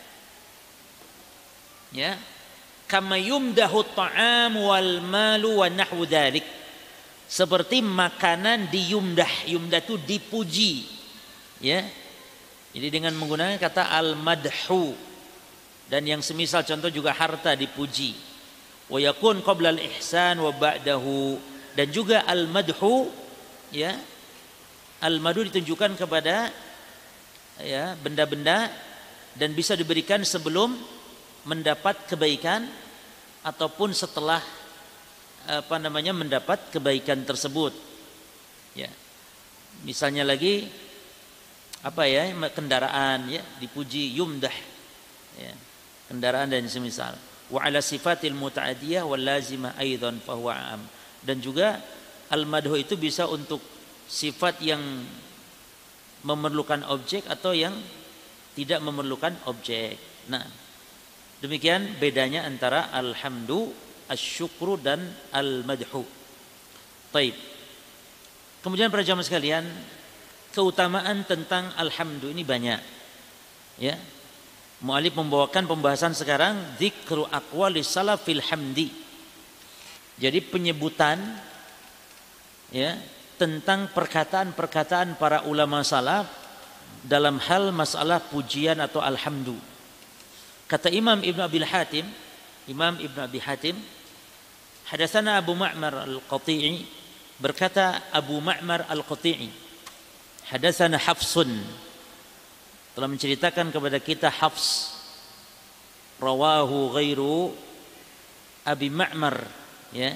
ya, kama yumdahu ta'am wal malu wa nahwu dzalik, seperti makanan diyumdah, yumdah itu dipuji, ya. Jadi dengan menggunakan kata al-madhu, dan yang semisal contoh juga harta dipuji. Wa yakun qabla al-ihsan wa ba'dahu, dan juga al-madhu, ya, al-madhu ditunjukkan kepada, ya, benda-benda, dan bisa diberikan sebelum mendapat kebaikan ataupun setelah apa namanya mendapat kebaikan tersebut, ya. Misalnya lagi apa, ya, kendaraan, ya, dipuji yumdah, ya, kendaraan dan semisal. Wa ala sifatil muta'adiyah wal lazimah aidan fa huwa am, dan juga al-madhu itu bisa untuk sifat yang memerlukan objek atau yang tidak memerlukan objek. Nah, demikian bedanya antara alhamdu, asyukru, dan al-madhu. Taib. Kemudian para jamaah sekalian, keutamaan tentang alhamdu ini banyak, ya. Mu'alif membawakan pembahasan sekarang dzikru aqwali salafil hamdi. Jadi penyebutan, ya, tentang perkataan-perkataan para ulama salaf dalam hal masalah pujian atau alhamdu. Kata Imam Ibn Abi Hatim, Imam Ibn Abi Hatim, Hadatsana Abu Ma'mar Al-Qati'i, berkata Abu Ma'mar Al-Qati'i, hadatsana Hafsun, telah menceritakan kepada kita Hafs, rawahu ghairu Abi Ma'mar, ya.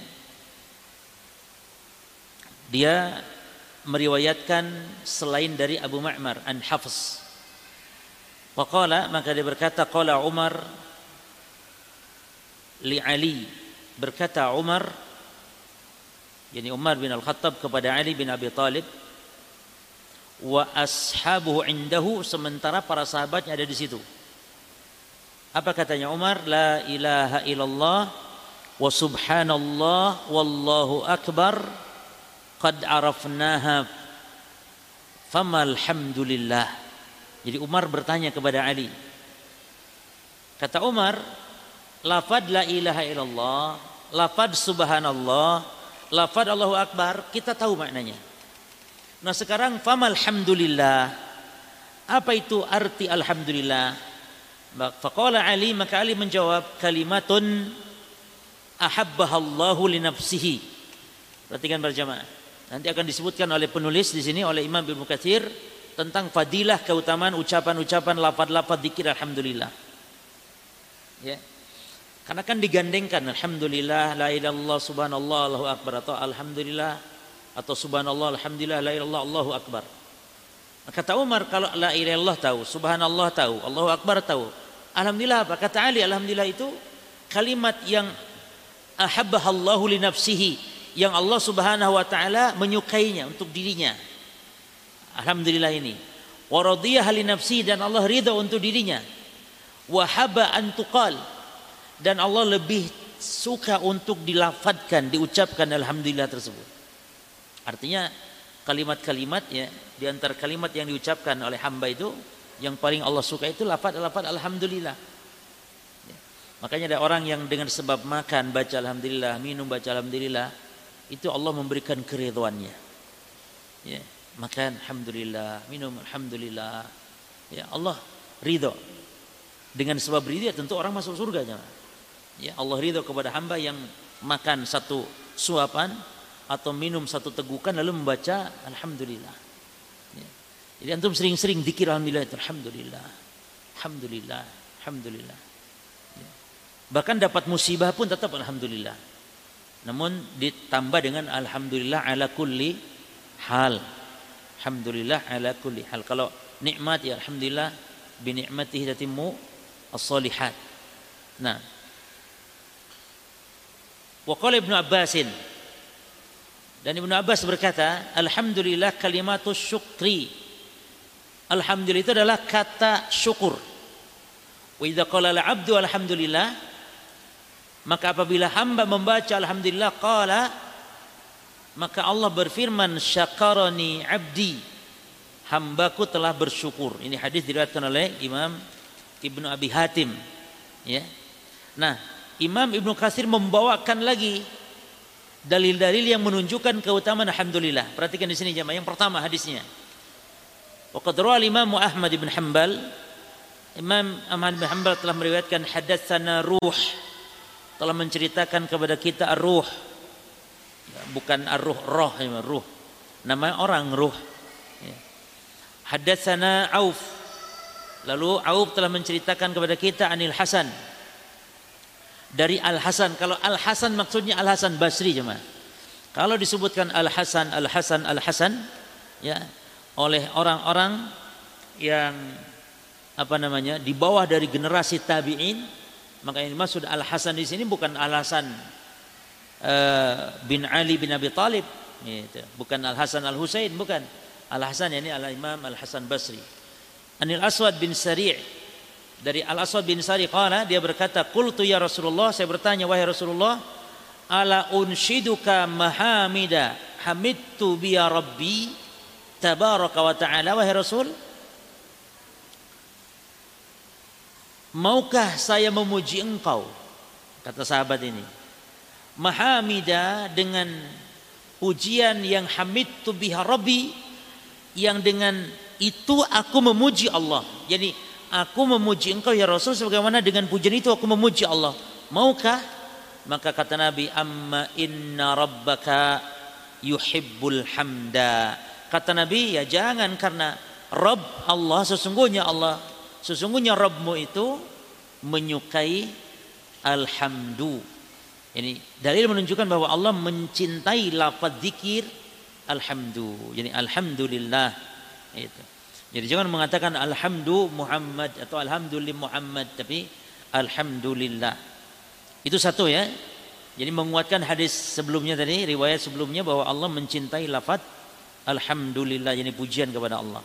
Dia meriwayatkan selain dari Abu Ma'mar an Hafs. Faqala, maka dia berkata, qala Umar li Ali, berkata Umar, yakni Umar bin Al-Khattab kepada Ali bin Abi Thalib, wa ashabuhu indahu, sementara para sahabatnya ada di situ. Apa katanya Umar? La ilaha illallah wa subhanallah wallahu akbar qad arafnaha famal hamdulillah. Jadi Umar bertanya kepada Ali. Kata Umar, lafad la ilaha illallah, lafad subhanallah, lafad Allahu akbar, kita tahu maknanya. Nah sekarang famal hamdulillah, apa itu arti alhamdulillah? Faqala Ali, maka Ali menjawab, kalimatun ahabbahallahu li nafsihi. Perhatikan berjamaah. Nanti akan disebutkan oleh penulis di sini, oleh Imam Ibnu Katsir, tentang fadilah, keutamaan ucapan-ucapan lafaz-lafaz zikir alhamdulillah. Ya. Karena kan digandengkan alhamdulillah, la ilaha illallah, subhanallah, Allahu akbar, atau alhamdulillah atau subhanallah, alhamdulillah, la ilaha illallah, Allahu akbar. Kata Umar, kalau la ilaha illallah tahu, subhanallah tahu, Allahu akbar tahu, alhamdulillah apa? Kata Ali, alhamdulillah itu kalimat yang ahabbahallahu li nafsihi, yang Allah Subhanahu wa taala menyukainya untuk dirinya. Alhamdulillah ini. Wa radiyaha li nafsihi, dan Allah ridha untuk dirinya. Wa haba an tuqal, dan Allah lebih suka untuk dilafadzkan, diucapkan alhamdulillah tersebut. Artinya kalimat-kalimat, ya, di antara kalimat yang diucapkan oleh hamba itu yang paling Allah suka itu lafaz-lafaz alhamdulillah. Ya. Makanya ada orang yang dengan sebab makan baca alhamdulillah, minum baca alhamdulillah, itu Allah memberikan keridhaannya. Ya, makan alhamdulillah, minum alhamdulillah. Ya, Allah ridha. Dengan sebab ridha tentu orang masuk surga, jangan. Ya, Allah ridha kepada hamba yang makan satu suapan atau minum satu tegukan lalu membaca alhamdulillah. Ya. Jadi antum sering-sering zikir alhamdulillah itu alhamdulillah, alhamdulillah, alhamdulillah. Ya. Bahkan dapat musibah pun tetap alhamdulillah. Namun ditambah dengan alhamdulillah ala kulli hal. Alhamdulillah ala kulli hal. Kalau nikmat ya alhamdulillah bi ni'matihi tatimmu as-solihat. Nah, wa qala Ibnu Abbasin, dan Ibnu Abbas berkata, alhamdulillah kalimatus syukri. Alhamdulillah itu adalah kata syukur. Wa idza qala al-'abdu alhamdulillah, maka apabila hamba membaca alhamdulillah, qala, maka Allah berfirman, syakarani 'abdi, hambaku telah bersyukur. Ini hadis diriwayatkan oleh Imam Ibnu Abi Hatim, ya. Nah, Imam Ibnu Katsir membawakan lagi dalil-dalil yang menunjukkan keutamaan alhamdulillah. Perhatikan di sini jemaah. Yang pertama hadisnya. Wa qad rawa Imam Ahmad bin Hanbal, Imam Ahmad bin Hanbal telah meriwayatkan hadatsana Ruh, telah menceritakan kepada kita ar-ruh. Ya, bukan ar-ruh, roh, ya, ruh. Nama orang ruh. Ya. Hadatsana Auf. Lalu Auf telah menceritakan kepada kita Anil Hasan, dari Al-Hasan. Kalau Al-Hasan maksudnya Al-Hasan Basri, jemaah. Kalau disebutkan Al-Hasan, Al-Hasan, Al-Hasan, ya, oleh orang-orang yang apa namanya, di bawah dari generasi tabi'in, maka ini maksud Al-Hasan di sini bukan Al-Hasan uh, bin Ali bin Abi Thalib, gitu. Bukan Al-Hasan Al-Husain, bukan. Al-Hasan ini Al-Imam Al-Hasan Basri. Anil Aswad bin Sari', dari Al-Aswad bin Sari' qala, dia berkata, qultu ya Rasulullah, saya bertanya wahai Rasulullah, ala unshiduka mahamida hamidtu bi ya rabbi tabaraka wa ta'ala, wahai Rasul, maukah saya memuji engkau, kata sahabat ini, mahamida, dengan pujian yang hamidtu biha rabbi, yang dengan itu aku memuji Allah. Jadi aku memuji engkau ya Rasul sebagaimana dengan pujian itu aku memuji Allah. Maukah Maka kata Nabi, amma inna rabbaka yuhibbul hamda. Kata Nabi, ya jangan, karena Rabb Allah, sesungguhnya Allah, sesungguhnya Rabbmu itu menyukai alhamdu. Ini dalil menunjukkan bahwa Allah mencintai lafaz zikir alhamdu. Jadi alhamdulillah itu. Jadi jangan mengatakan alhamdu Muhammad atau alhamdulillah Muhammad, tapi alhamdulillah. Itu satu ya. Jadi menguatkan hadis sebelumnya tadi, riwayat sebelumnya, bahwa Allah mencintai lafaz alhamdulillah, yani pujian kepada Allah.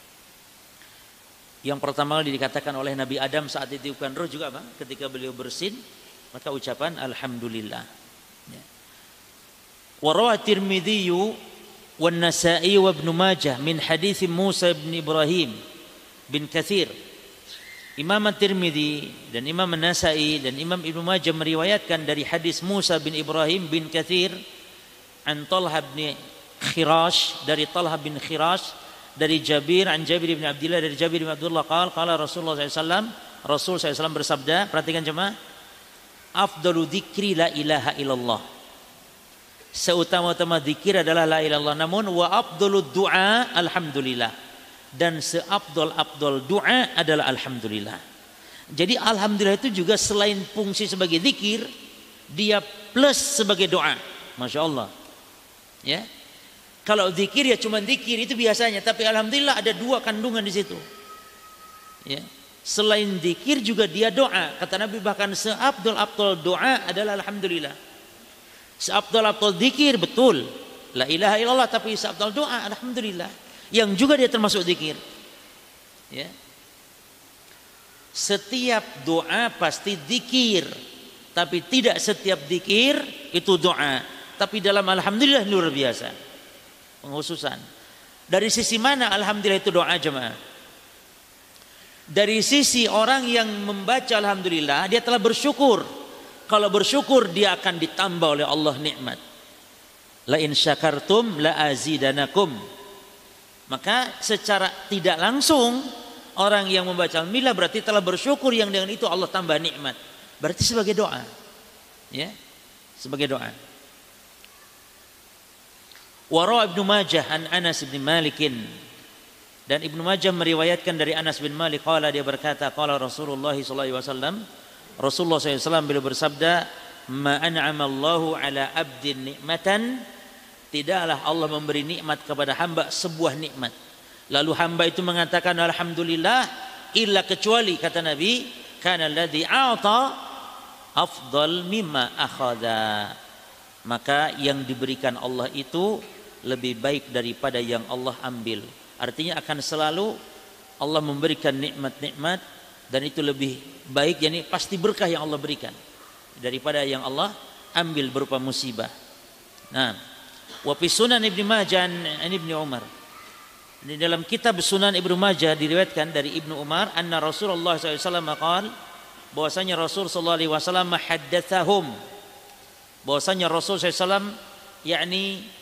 Yang pertama kali dikatakan oleh Nabi Adam saat ditiupkan roh juga apa? Ketika beliau bersin, maka ucapan alhamdulillah. Ya. Wa rawa Tirmidzi wa Nasa'i wa Ibnu Majah min hadits Musa bin Ibrahim bin Katsir. Imam At-Tirmidzi dan Imam An-Nasa'i dan Imam Ibnu Majah meriwayatkan dari hadis Musa bin Ibrahim bin Katsir an Talha bin Khirash, dari Talha bin Khirash, dari Jabir an Jabir bin Abdullah, dari Jabir bin Abdullah qala qala Rasulullah sallallahu alaihi wasallam, Rasul sallallahu alaihi wasallam bersabda, perhatikan jemaah, afdalu dzikri la ilaha illallah. Seutama-utama zikir adalah la ilaha illallah, namun wa afdalud du'a alhamdulillah. Dan seabdol-abdol doa adalah alhamdulillah. Jadi alhamdulillah itu juga selain fungsi sebagai zikir, dia plus sebagai doa. Masya Allah. Ya, kalau zikir ya cuma zikir itu biasanya, tapi alhamdulillah ada dua kandungan di situ. Ya, selain zikir juga dia doa. Kata Nabi, bahkan seabdol-abdol doa adalah alhamdulillah. Seabdol-abdol zikir betul, la ilaha illallah, tapi seabdol doa alhamdulillah, yang juga dia termasuk zikir. Ya. Setiap doa pasti zikir, tapi tidak setiap zikir itu doa. Tapi dalam alhamdulillah luar biasa pengkhususan. Dari sisi mana alhamdulillah itu doa jemaah? Dari sisi orang yang membaca alhamdulillah, dia telah bersyukur. Kalau bersyukur dia akan ditambah oleh Allah nikmat. La in syakartum la azidanakum. Maka secara tidak langsung orang yang membaca alhamdulillah berarti telah bersyukur, yang dengan itu Allah tambah nikmat. Berarti sebagai doa. Ya. Sebagai doa. Wa rawa Ibnu Majah an Anas bin Malik, dan Ibnu Majah meriwayatkan dari Anas bin Malik qala, dia berkata qala Rasulullah sallallahu alaihi wasallam, Rasulullah sallallahu alaihi wasallam beliau bersabda, ma an'ama Allahu ala abdin nikmatan, tidaklah Allah memberi nikmat kepada hamba sebuah nikmat, lalu hamba itu mengatakan alhamdulillah, illa kecuali kata Nabi, kana alladzi a'ta afdal mimma akhadha, maka yang diberikan Allah itu lebih baik daripada yang Allah ambil. Artinya akan selalu Allah memberikan nikmat-nikmat, dan itu lebih baik, yakni pasti berkah yang Allah berikan daripada yang Allah ambil berupa musibah. Nah, wa fi Sunan Ibnu Majah an Ibnu Umar, di dalam kitab Sunan Ibnu Majah diriwayatkan dari Ibnu Umar, anna Rasulullah sallallahu alaihi wasallam qaal, bahwasanya Rasul sallallahu alaihi wasallam haddatsahum, bahwasanya Rasul sallallahu alaihi wasallam yakni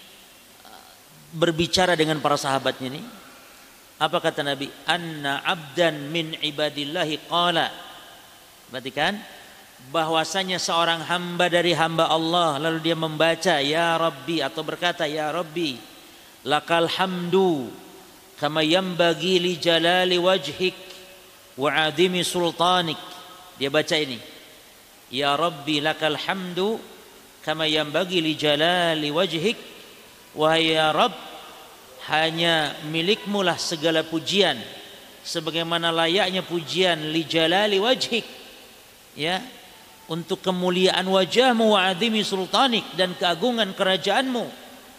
berbicara dengan para sahabatnya ini. Apa kata Nabi? Anna abdan min ibadillahi qala, perhatikan, bahwasanya seorang hamba dari hamba Allah lalu dia membaca ya Rabbi, atau berkata ya Rabbi lakal hamdu kama yanbaghi li jalali wajhik wa adimi sultanik. Dia baca ini, ya Rabbi lakal hamdu kama yanbaghi li jalali wajhik, wahai ya Rabb, hanya milikmu lah segala pujian sebagaimana layaknya pujian li jalali wajhik, ya, untuk kemuliaan wajahmu, wa adimi sultanik, dan keagungan kerajaanmu.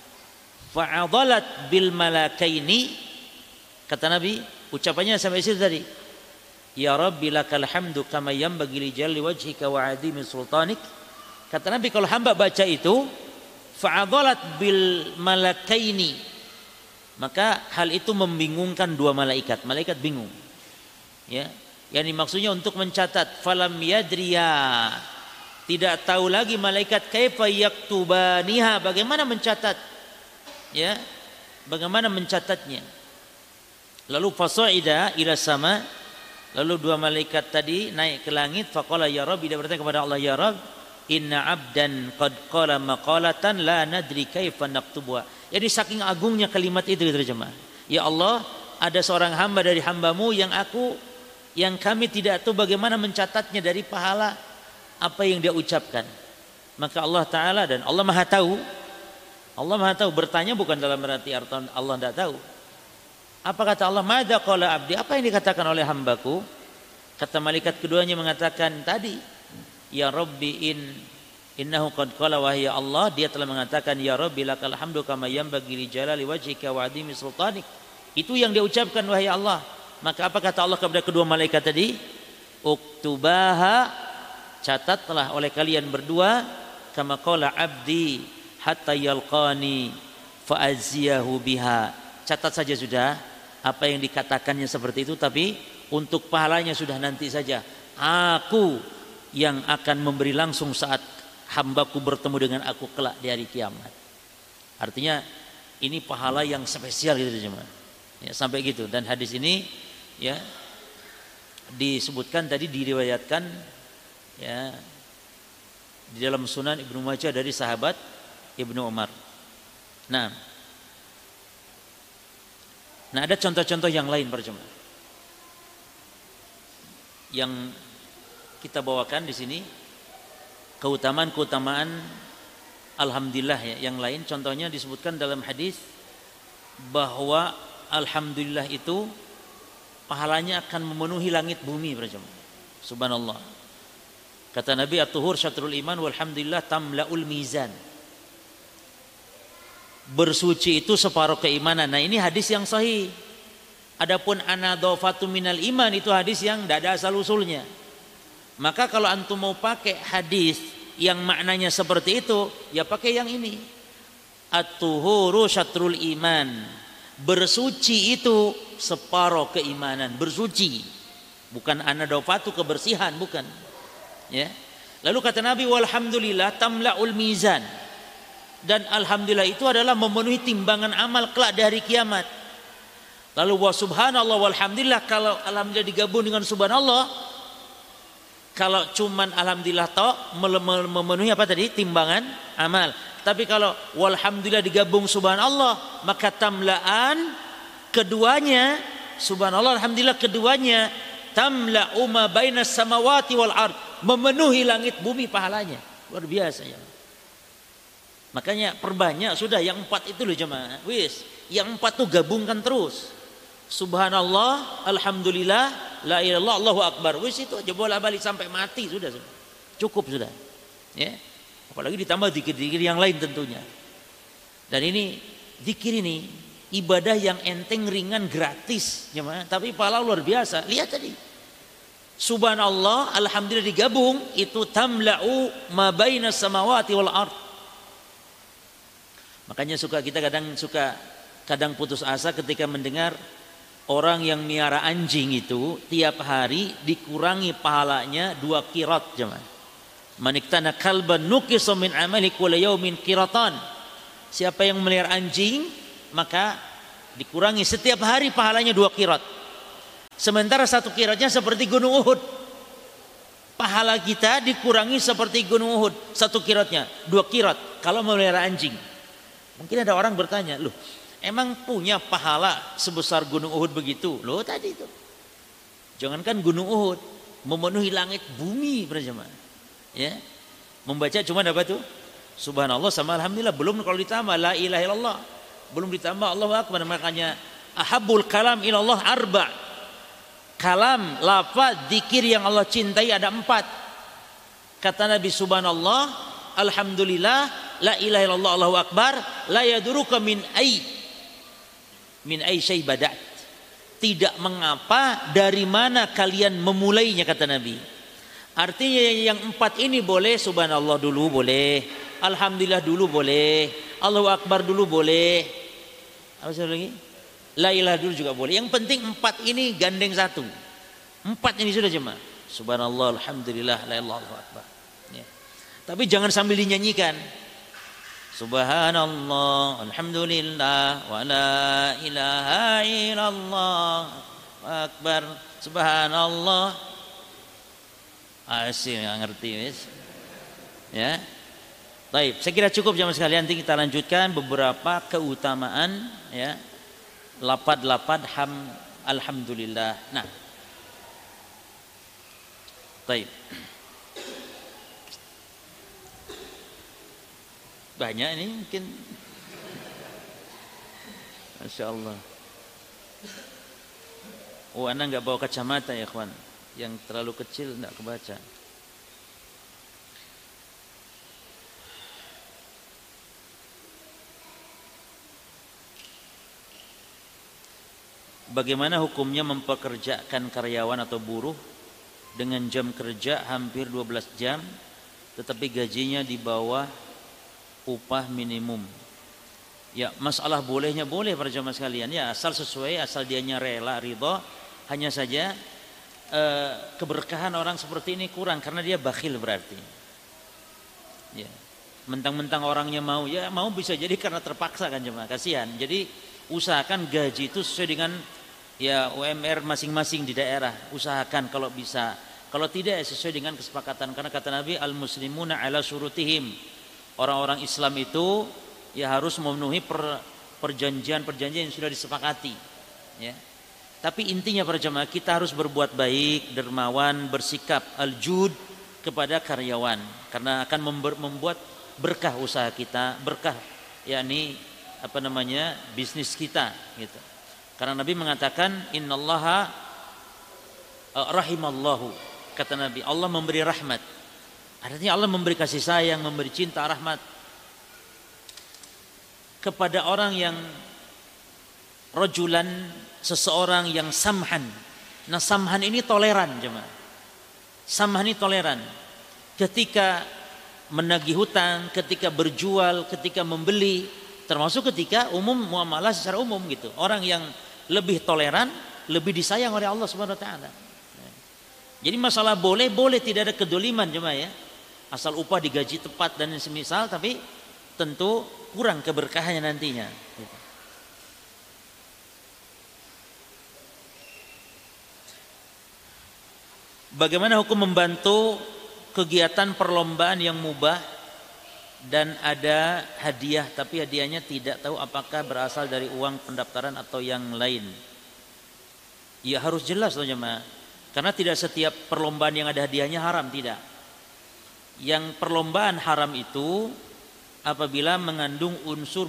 Fa'adalat bil malakaini, kata Nabi, ucapannya sampai situ tadi, ya Rabbi lakal hamdu kama yanbaghi li jalali wajhika wa adimi sultanik. Kata Nabi, kalau hamba baca itu fa'adalat bil malakaini, maka hal itu membingungkan dua malaikat. Malaikat bingung, ya, yang maksudnya untuk mencatat. Falam yadriya, tidak tahu lagi malaikat kaifa yaktubaniha, bagaimana mencatat, ya, bagaimana mencatatnya. Lalu fasaida ila sama, lalu dua malaikat tadi naik ke langit. Faqala ya Rabbi, dia bertanya kepada Allah, ya Rabb, inna 'abdan qad qala maqalatan la nadri kaifa naktubuha. Jadi saking agungnya kalimat itu terjemah. Ya Allah, ada seorang hamba dari hambamu yang aku yang kami tidak tahu bagaimana mencatatnya dari pahala apa yang dia ucapkan. Maka Allah Ta'ala, dan Allah Maha Tahu, Allah Maha Tahu, bertanya bukan dalam berarti Allah tidak tahu. Apa kata Allah? Madza qala abdi, apa yang dikatakan oleh hambaku? Kata malaikat keduanya mengatakan tadi, ya Rabbi in innahu qad qala wa ya Allah, dia telah mengatakan ya Rabbi lakal hamdu kama yanbaghi li jalali wajhika wa 'azimi sultanik. Itu yang dia ucapkan wahai Allah. Maka apa kata Allah kepada kedua malaikat tadi? Uktubaha, catatlah oleh kalian berdua, kama qala abdi hatta yalqani fa aziyahu biha. Catat saja sudah apa yang dikatakannya seperti itu, tapi untuk pahalanya sudah nanti saja. Aku yang akan memberi langsung saat hambaku bertemu dengan aku kelak di hari kiamat. Artinya ini pahala yang spesial gitu cuma. Ya, sampai gitu. Dan hadis ini ya disebutkan tadi, diriwayatkan ya di dalam Sunan Ibnu Majah dari sahabat Ibnu Umar. Nah, nah ada contoh-contoh yang lain berjemaah yang kita bawakan di sini, keutamaan-keutamaan alhamdulillah ya yang lain. Contohnya disebutkan dalam hadis bahwa alhamdulillah itu pahalanya akan memenuhi langit bumi berjemaah. Subhanallah. Kata Nabi, at-tuhur syatrul iman walhamdulillah tamlaul mizan. Bersuci itu separuh keimanan. Nah, ini hadis yang sahih. Adapun anadhafatu minal iman itu hadis yang tidak ada asal usulnya. Maka kalau antum mau pakai hadis yang maknanya seperti itu, ya pakai yang ini. At-tuhuru syatrul iman. Bersuci itu separuh keimanan. Bersuci, bukan anadhafatu kebersihan, bukan. Ya. Lalu kata Nabi, walhamdulillah tamlaul mizan. Dan alhamdulillah itu adalah memenuhi timbangan amal kelak di hari kiamat. Lalu wa subhanallah walhamdulillah, kalau alhamdulillah digabung dengan subhanallah, kalau cuman alhamdulillah tok memenuhi apa tadi? Timbangan amal. Tapi kalau walhamdulillah digabung subhanallah, maka tamlaan keduanya, subhanallah alhamdulillah keduanya, tamla'u ma bainas samawati wal ard, memenuhi langit bumi pahalanya. Luar biasa ya. Makanya perbanyak sudah yang empat itu loh jemaah. Wis, yang empat tuh gabungkan terus. Subhanallah, alhamdulillah, la ilaha illallah, Allahu akbar. Wis itu aja bolak-balik sampai mati sudah, sudah. Cukup sudah. Ya. Apalagi ditambah zikir-zikir yang lain tentunya. Dan ini zikir ini ibadah yang enteng, ringan, gratis jemaah, tapi pahala luar biasa. Lihat tadi. Subhanallah, alhamdulillah digabung itu tamla'u ma bainas samawati wal ard. Makanya suka kita kadang suka kadang putus asa ketika mendengar orang yang miara anjing itu tiap hari dikurangi pahalanya dua qirat jemaah. Maniktana kalban nuqisa min amali kulli yaumin qiratan. Siapa yang melihara anjing maka dikurangi setiap hari pahalanya dua qirat. Sementara satu qiratnya seperti gunung Uhud. Pahala kita dikurangi seperti gunung Uhud, satu qiratnya dua qirat kalau memelihara anjing. Mungkin ada orang bertanya, loh emang punya pahala sebesar gunung Uhud begitu? Loh tadi itu. Jangankan gunung Uhud, memenuhi langit bumi berjemaah. Ya. Membaca cuma apa tuh? Subhanallah sama alhamdulillah, belum kalau ditambah la ilaha illallah, belum ditambah Allahu akbar. Makanya ahabbul kalam ilallah arba. Kalam, lafaz, zikir yang Allah cintai ada empat. Kata Nabi, subhanallah, alhamdulillah, la ilaha illallah, Allahu akbar, la yaduruka min ay min ay syai badat. Tidak mengapa dari mana kalian memulainya, kata Nabi. Artinya yang empat ini boleh, subhanallah dulu boleh, alhamdulillah dulu boleh, Allahu akbar dulu boleh. Apa lagi? La ilaha dulu juga boleh. Yang penting empat ini gandeng satu. Empat ini sudah jemaah. Subhanallah, alhamdulillah, la ilaha illallah, Allahu akbar. Ya. Tapi jangan sambil dinyanyikan. Subhanallah, alhamdulillah, wa la ilaha illallah, akbar, subhanallah. Asyik nggak ngerti wis. Ya. Baik, saya kira cukup jamaah sekalian. Nanti kita lanjutkan beberapa keutamaan ya. Lapad-lapad ham alhamdulillah. Nah. Baik. Banyak ini mungkin. Masya Allah. Oh, anda nggak bawa kacamata ya kawan. Yang terlalu kecil nggak kebaca. Bagaimana hukumnya mempekerjakan karyawan atau buruh dengan jam kerja hampir dua belas jam tetapi gajinya di bawah upah minimum? Ya, masalah bolehnya boleh para jamaah sekalian ya, asal sesuai, asal dianya rela, ridha. Hanya saja eh, keberkahan orang seperti ini kurang karena dia bakhil berarti. Ya, mentang-mentang orangnya mau, ya mau bisa jadi karena terpaksa kan jemaah, kasihan. Jadi usahakan gaji itu sesuai dengan ya U M R masing-masing di daerah. Usahakan kalau bisa. Kalau tidak ya sesuai dengan kesepakatan. Karena kata Nabi, al-muslimuna ala syurutihim. Orang-orang Islam itu ya harus memenuhi per, perjanjian-perjanjian yang sudah disepakati. Ya. Tapi intinya para jemaah, kita harus berbuat baik, dermawan, bersikap al-jud kepada karyawan. Karena akan membuat berkah usaha kita, berkah yakni apa namanya bisnis kita gitu. Karena Nabi mengatakan innallaha rahimallahu, kata Nabi, Allah memberi rahmat. Artinya Allah memberi kasih sayang, memberi cinta, rahmat kepada orang yang rajulan, seseorang yang samhan. Nah, samhan ini toleran jemaah. Samhan ini toleran. Ketika menagih hutang, ketika berjual, ketika membeli, termasuk ketika umum muamalah secara umum gitu. Orang yang lebih toleran, lebih disayang oleh Allah Subhanahu wa taala. Jadi masalah boleh boleh tidak ada kedoliman jemaah ya. Asal upah digaji tepat dan semisal, tapi tentu kurang keberkahannya nantinya gitu. Bagaimana hukum membantu kegiatan perlombaan yang mubah dan ada hadiah tapi hadiahnya tidak tahu apakah berasal dari uang pendaftaran atau yang lain? Ya harus jelas loh jemaah. Karena tidak setiap perlombaan yang ada hadiahnya haram, tidak. Yang perlombaan haram itu apabila mengandung unsur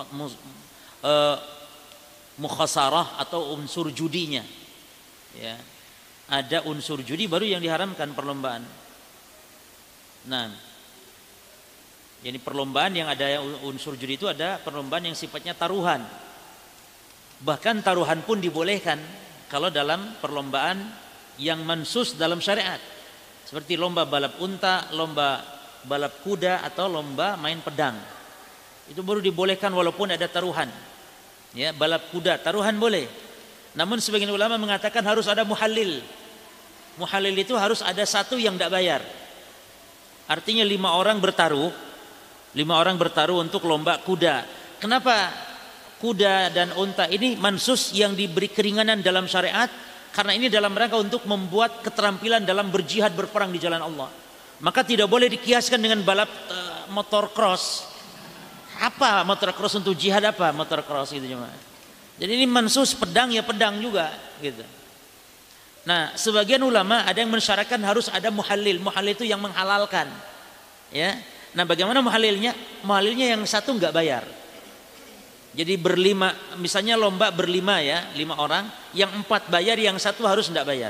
mukhasarah atau unsur judinya. Ya. Ada unsur judi baru yang diharamkan perlombaan. Nah, jadi perlombaan yang ada unsur judi itu ada perlombaan yang sifatnya taruhan. Bahkan taruhan pun dibolehkan kalau dalam perlombaan yang mansus dalam syariat. Seperti lomba balap unta, lomba balap kuda atau lomba main pedang. Itu baru dibolehkan walaupun ada taruhan. Ya, balap kuda taruhan boleh. Namun sebagian ulama mengatakan harus ada muhallil. Muhallil itu harus ada satu yang tidak bayar. Artinya lima orang bertaruh, lima orang bertaruh untuk lomba kuda. Kenapa kuda dan unta ini mansus yang diberi keringanan dalam syariat? Karena ini dalam rangka untuk membuat keterampilan dalam berjihad berperang di jalan Allah. Maka tidak boleh dikiaskan dengan balap uh, motor cross. Apa motor cross untuk jihad, apa motor cross itu cuma. Jadi ini mansus pedang ya pedang juga gitu. Nah, sebagian ulama ada yang mensyaratkan harus ada muhallil. Muhallil itu yang menghalalkan. Ya. Nah, bagaimana muhallilnya? Muhallilnya yang satu enggak bayar. Jadi berlima, misalnya lomba berlima ya, lima orang, yang empat bayar, yang satu harus enggak bayar.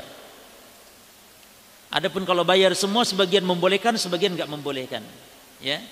Adapun kalau bayar semua, sebagian membolehkan, sebagian enggak membolehkan. Ya.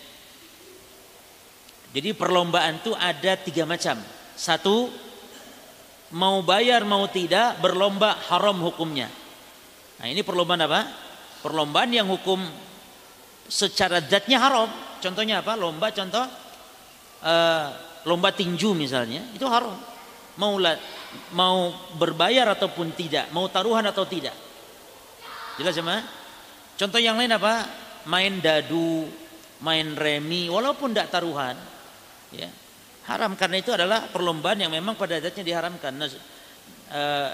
Jadi perlombaan itu ada tiga macam. Satu, mau bayar mau tidak, berlomba haram hukumnya. Nah, ini perlombaan apa? Perlombaan yang hukum secara zatnya haram. Contohnya apa? Lomba contoh uh, lomba tinju misalnya, itu haram. Mau mau berbayar ataupun tidak, mau taruhan atau tidak. Jelas ya? Contoh yang lain apa? Main dadu, main remi, walaupun tidak taruhan, ya haram. Karena itu adalah perlombaan yang memang pada zatnya diharamkan. Nah, uh,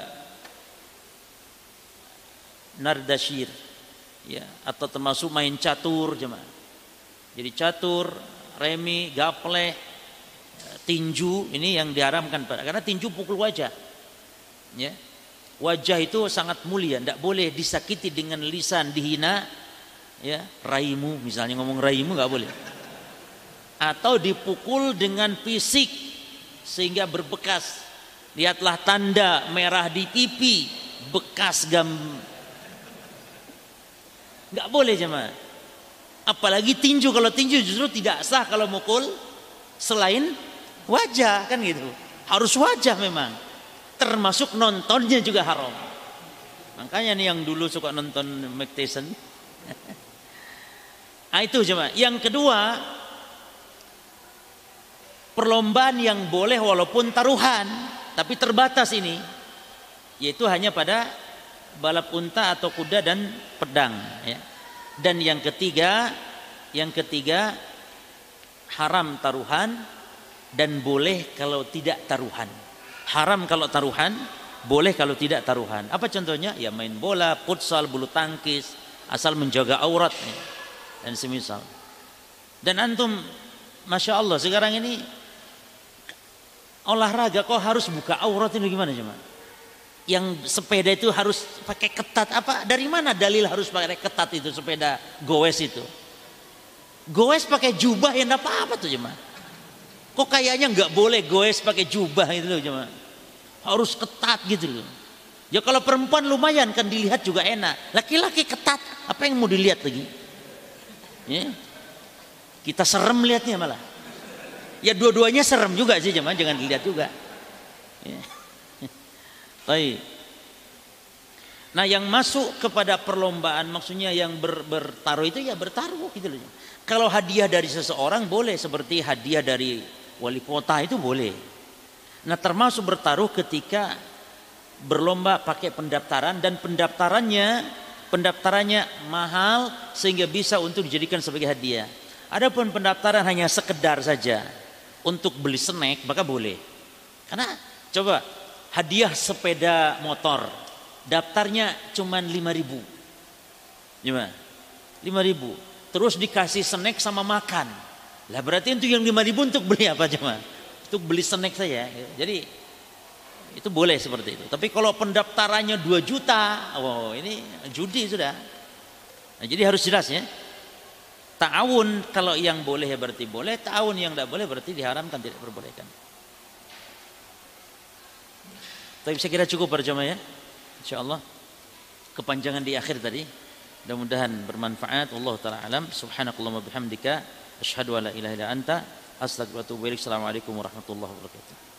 nardashir, ya, atau termasuk main catur jemaah. Jadi catur, remi, gapleh, tinju ini yang diharamkan, karena tinju pukul wajah. Ya. Wajah itu sangat mulia, tidak boleh disakiti dengan lisan, dihina. Ya, raimu misalnya, ngomong raimu nggak boleh. Atau dipukul dengan fisik sehingga berbekas. Lihatlah tanda merah di pipi, bekas gam. Nggak boleh jemaah. Apalagi tinju, kalau tinju justru tidak sah kalau mukul selain wajah, kan gitu. Harus wajah memang. Termasuk nontonnya juga haram. Makanya nih yang dulu suka nonton Mike Tyson. Nah itu cuma. Yang kedua, perlombaan yang boleh walaupun taruhan, tapi terbatas ini, yaitu hanya pada balap unta atau kuda dan pedang. Ya. Dan yang ketiga, yang ketiga haram taruhan dan boleh kalau tidak taruhan. Haram kalau taruhan, boleh kalau tidak taruhan. Apa contohnya? Ya main bola, futsal, bulu tangkis, asal menjaga aurat dan semisal. Dan antum, masya Allah sekarang ini olahraga kok harus buka aurat ini gimana cuma? Yang sepeda itu harus pakai ketat. Apa? Dari mana dalil harus pakai ketat itu sepeda goes itu? Goes pakai jubah ya enggak apa-apa tuh cuma. Kok kayaknya nggak boleh goes pakai jubah itu loh cuma. Harus ketat gitu loh. Ya kalau perempuan lumayan kan dilihat juga enak. Laki-laki ketat, apa yang mau dilihat lagi? Ya. Kita serem lihatnya malah. Ya dua-duanya serem juga sih cuma jangan dilihat juga. Ya. Baik. Nah yang masuk kepada perlombaan maksudnya yang ber, bertaruh itu ya bertaruh gitu loh. Kalau hadiah dari seseorang boleh, seperti hadiah dari wali kota itu boleh. Nah termasuk bertaruh ketika berlomba pakai pendaftaran dan pendaftarannya pendaftarannya mahal sehingga bisa untuk dijadikan sebagai hadiah. Adapun pendaftaran hanya sekedar saja untuk beli snack maka boleh. Karena coba hadiah sepeda motor daftarnya cuma lima ribu. Gimana? lima ribu. Terus dikasih snack sama makan. Lah berarti itu yang lima ribu untuk beli apa cuma? Untuk beli snack saja. Jadi itu boleh seperti itu. Tapi kalau pendaftarannya dua juta, oh ini judi sudah. Nah, jadi harus jelas ya. Ta'awun kalau yang boleh ya berarti boleh, ta'awun yang tidak boleh berarti diharamkan, tidak diperbolehkan. Tapi saya kira cukup berjamaah ya. Insyaallah. Kepanjangan di akhir tadi. Mudah-mudahan bermanfaat. Wallahu taala alam. Subhanakallahumma bihamdika asyhadu an la ilaha illa anta astaghfiruka wa atubu ilaik. Assalamualaikum warahmatullahi wabarakatuh.